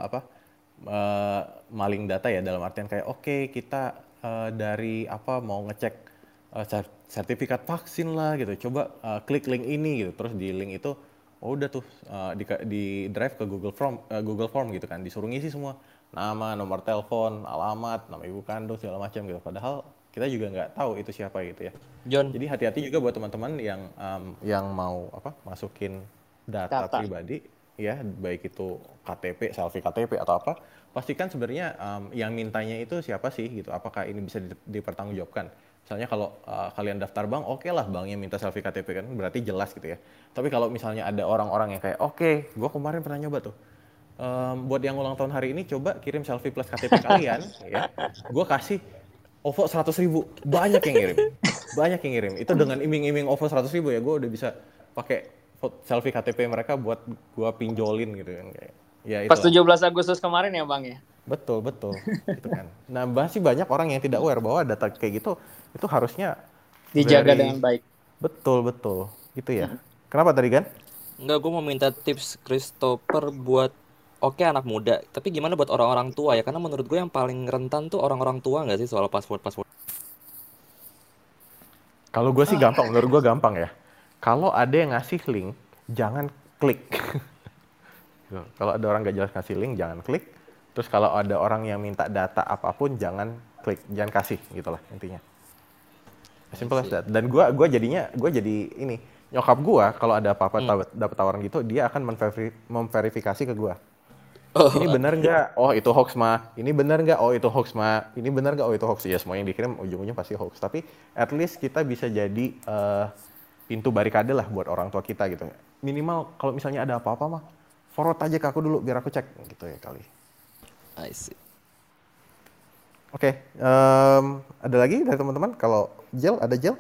maling data ya, dalam artian kayak oke, kita dari mau ngecek sertifikat vaksin lah gitu, coba klik link ini gitu, terus di link itu udah tuh di drive ke Google Form gitu kan, disuruh ngisi semua nama, nomor telepon, alamat, nama ibu kandung segala macam gitu, padahal kita juga nggak tahu itu siapa gitu ya. John. Jadi hati-hati juga buat teman-teman yang mau masukin data pribadi ya, baik itu KTP, selfie KTP atau apa, pastikan sebenarnya yang mintanya itu siapa sih gitu, apakah ini bisa dipertanggungjawabkan. Misalnya kalau kalian daftar bank, oke lah banknya minta selfie KTP kan, berarti jelas gitu ya. Tapi kalau misalnya ada orang-orang yang kayak oke, gue kemarin pernah nyoba tuh, buat yang ulang tahun hari ini coba kirim selfie plus KTP kalian ya, gue kasih OVO 100.000, banyak yang ngirim. Itu dengan iming-iming OVO 100.000 ya, gue udah bisa pakai selfie KTP mereka buat gue pinjolin gitu kan kayak. Ya, pas 17 Agustus kemarin ya Bang ya. Betul gitu kan. Nah, masih banyak orang yang tidak aware bahwa data kayak gitu itu harusnya dijaga dengan baik. Betul gitu ya. Kenapa tadi kan? Enggak, gue mau minta tips Christopher buat anak muda, tapi gimana buat orang-orang tua ya? Karena menurut gue yang paling rentan tuh orang-orang tua nggak sih soal password? Kalau gue sih gampang, menurut gue gampang ya. Kalau ada yang ngasih link, jangan klik. Kalau ada orang nggak jelas ngasih link, jangan klik. Terus kalau ada orang yang minta data apapun, jangan klik, jangan kasih, gitulah intinya. Simple as that. Dan gue jadi ini, nyokap gue kalau ada apa-apa dapat tawaran gitu, dia akan memverifikasi ke gue. Ini benar nggak? Oh itu hoax mah. Ini benar nggak? Oh itu hoax mah. Ini benar nggak? Oh itu hoax. Ya semua yang dikirim ujung-ujungnya pasti hoax. Tapi at least kita bisa jadi pintu barikade lah buat orang tua kita gitu. Minimal kalau misalnya ada apa-apa mah forward aja ke aku dulu biar aku cek gitu ya kali. I see. Oke, ada lagi dari teman-teman? Kalau Jel, ada Jel?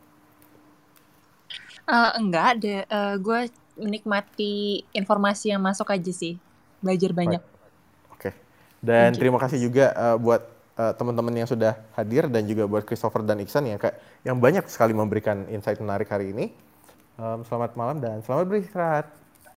Enggak ada. Gue menikmati informasi yang masuk aja sih. Belajar banyak. Oke. Dan terima kasih juga buat teman-teman yang sudah hadir dan juga buat Christopher dan Iksan yang banyak sekali memberikan insight menarik hari ini. Selamat malam dan selamat beristirahat.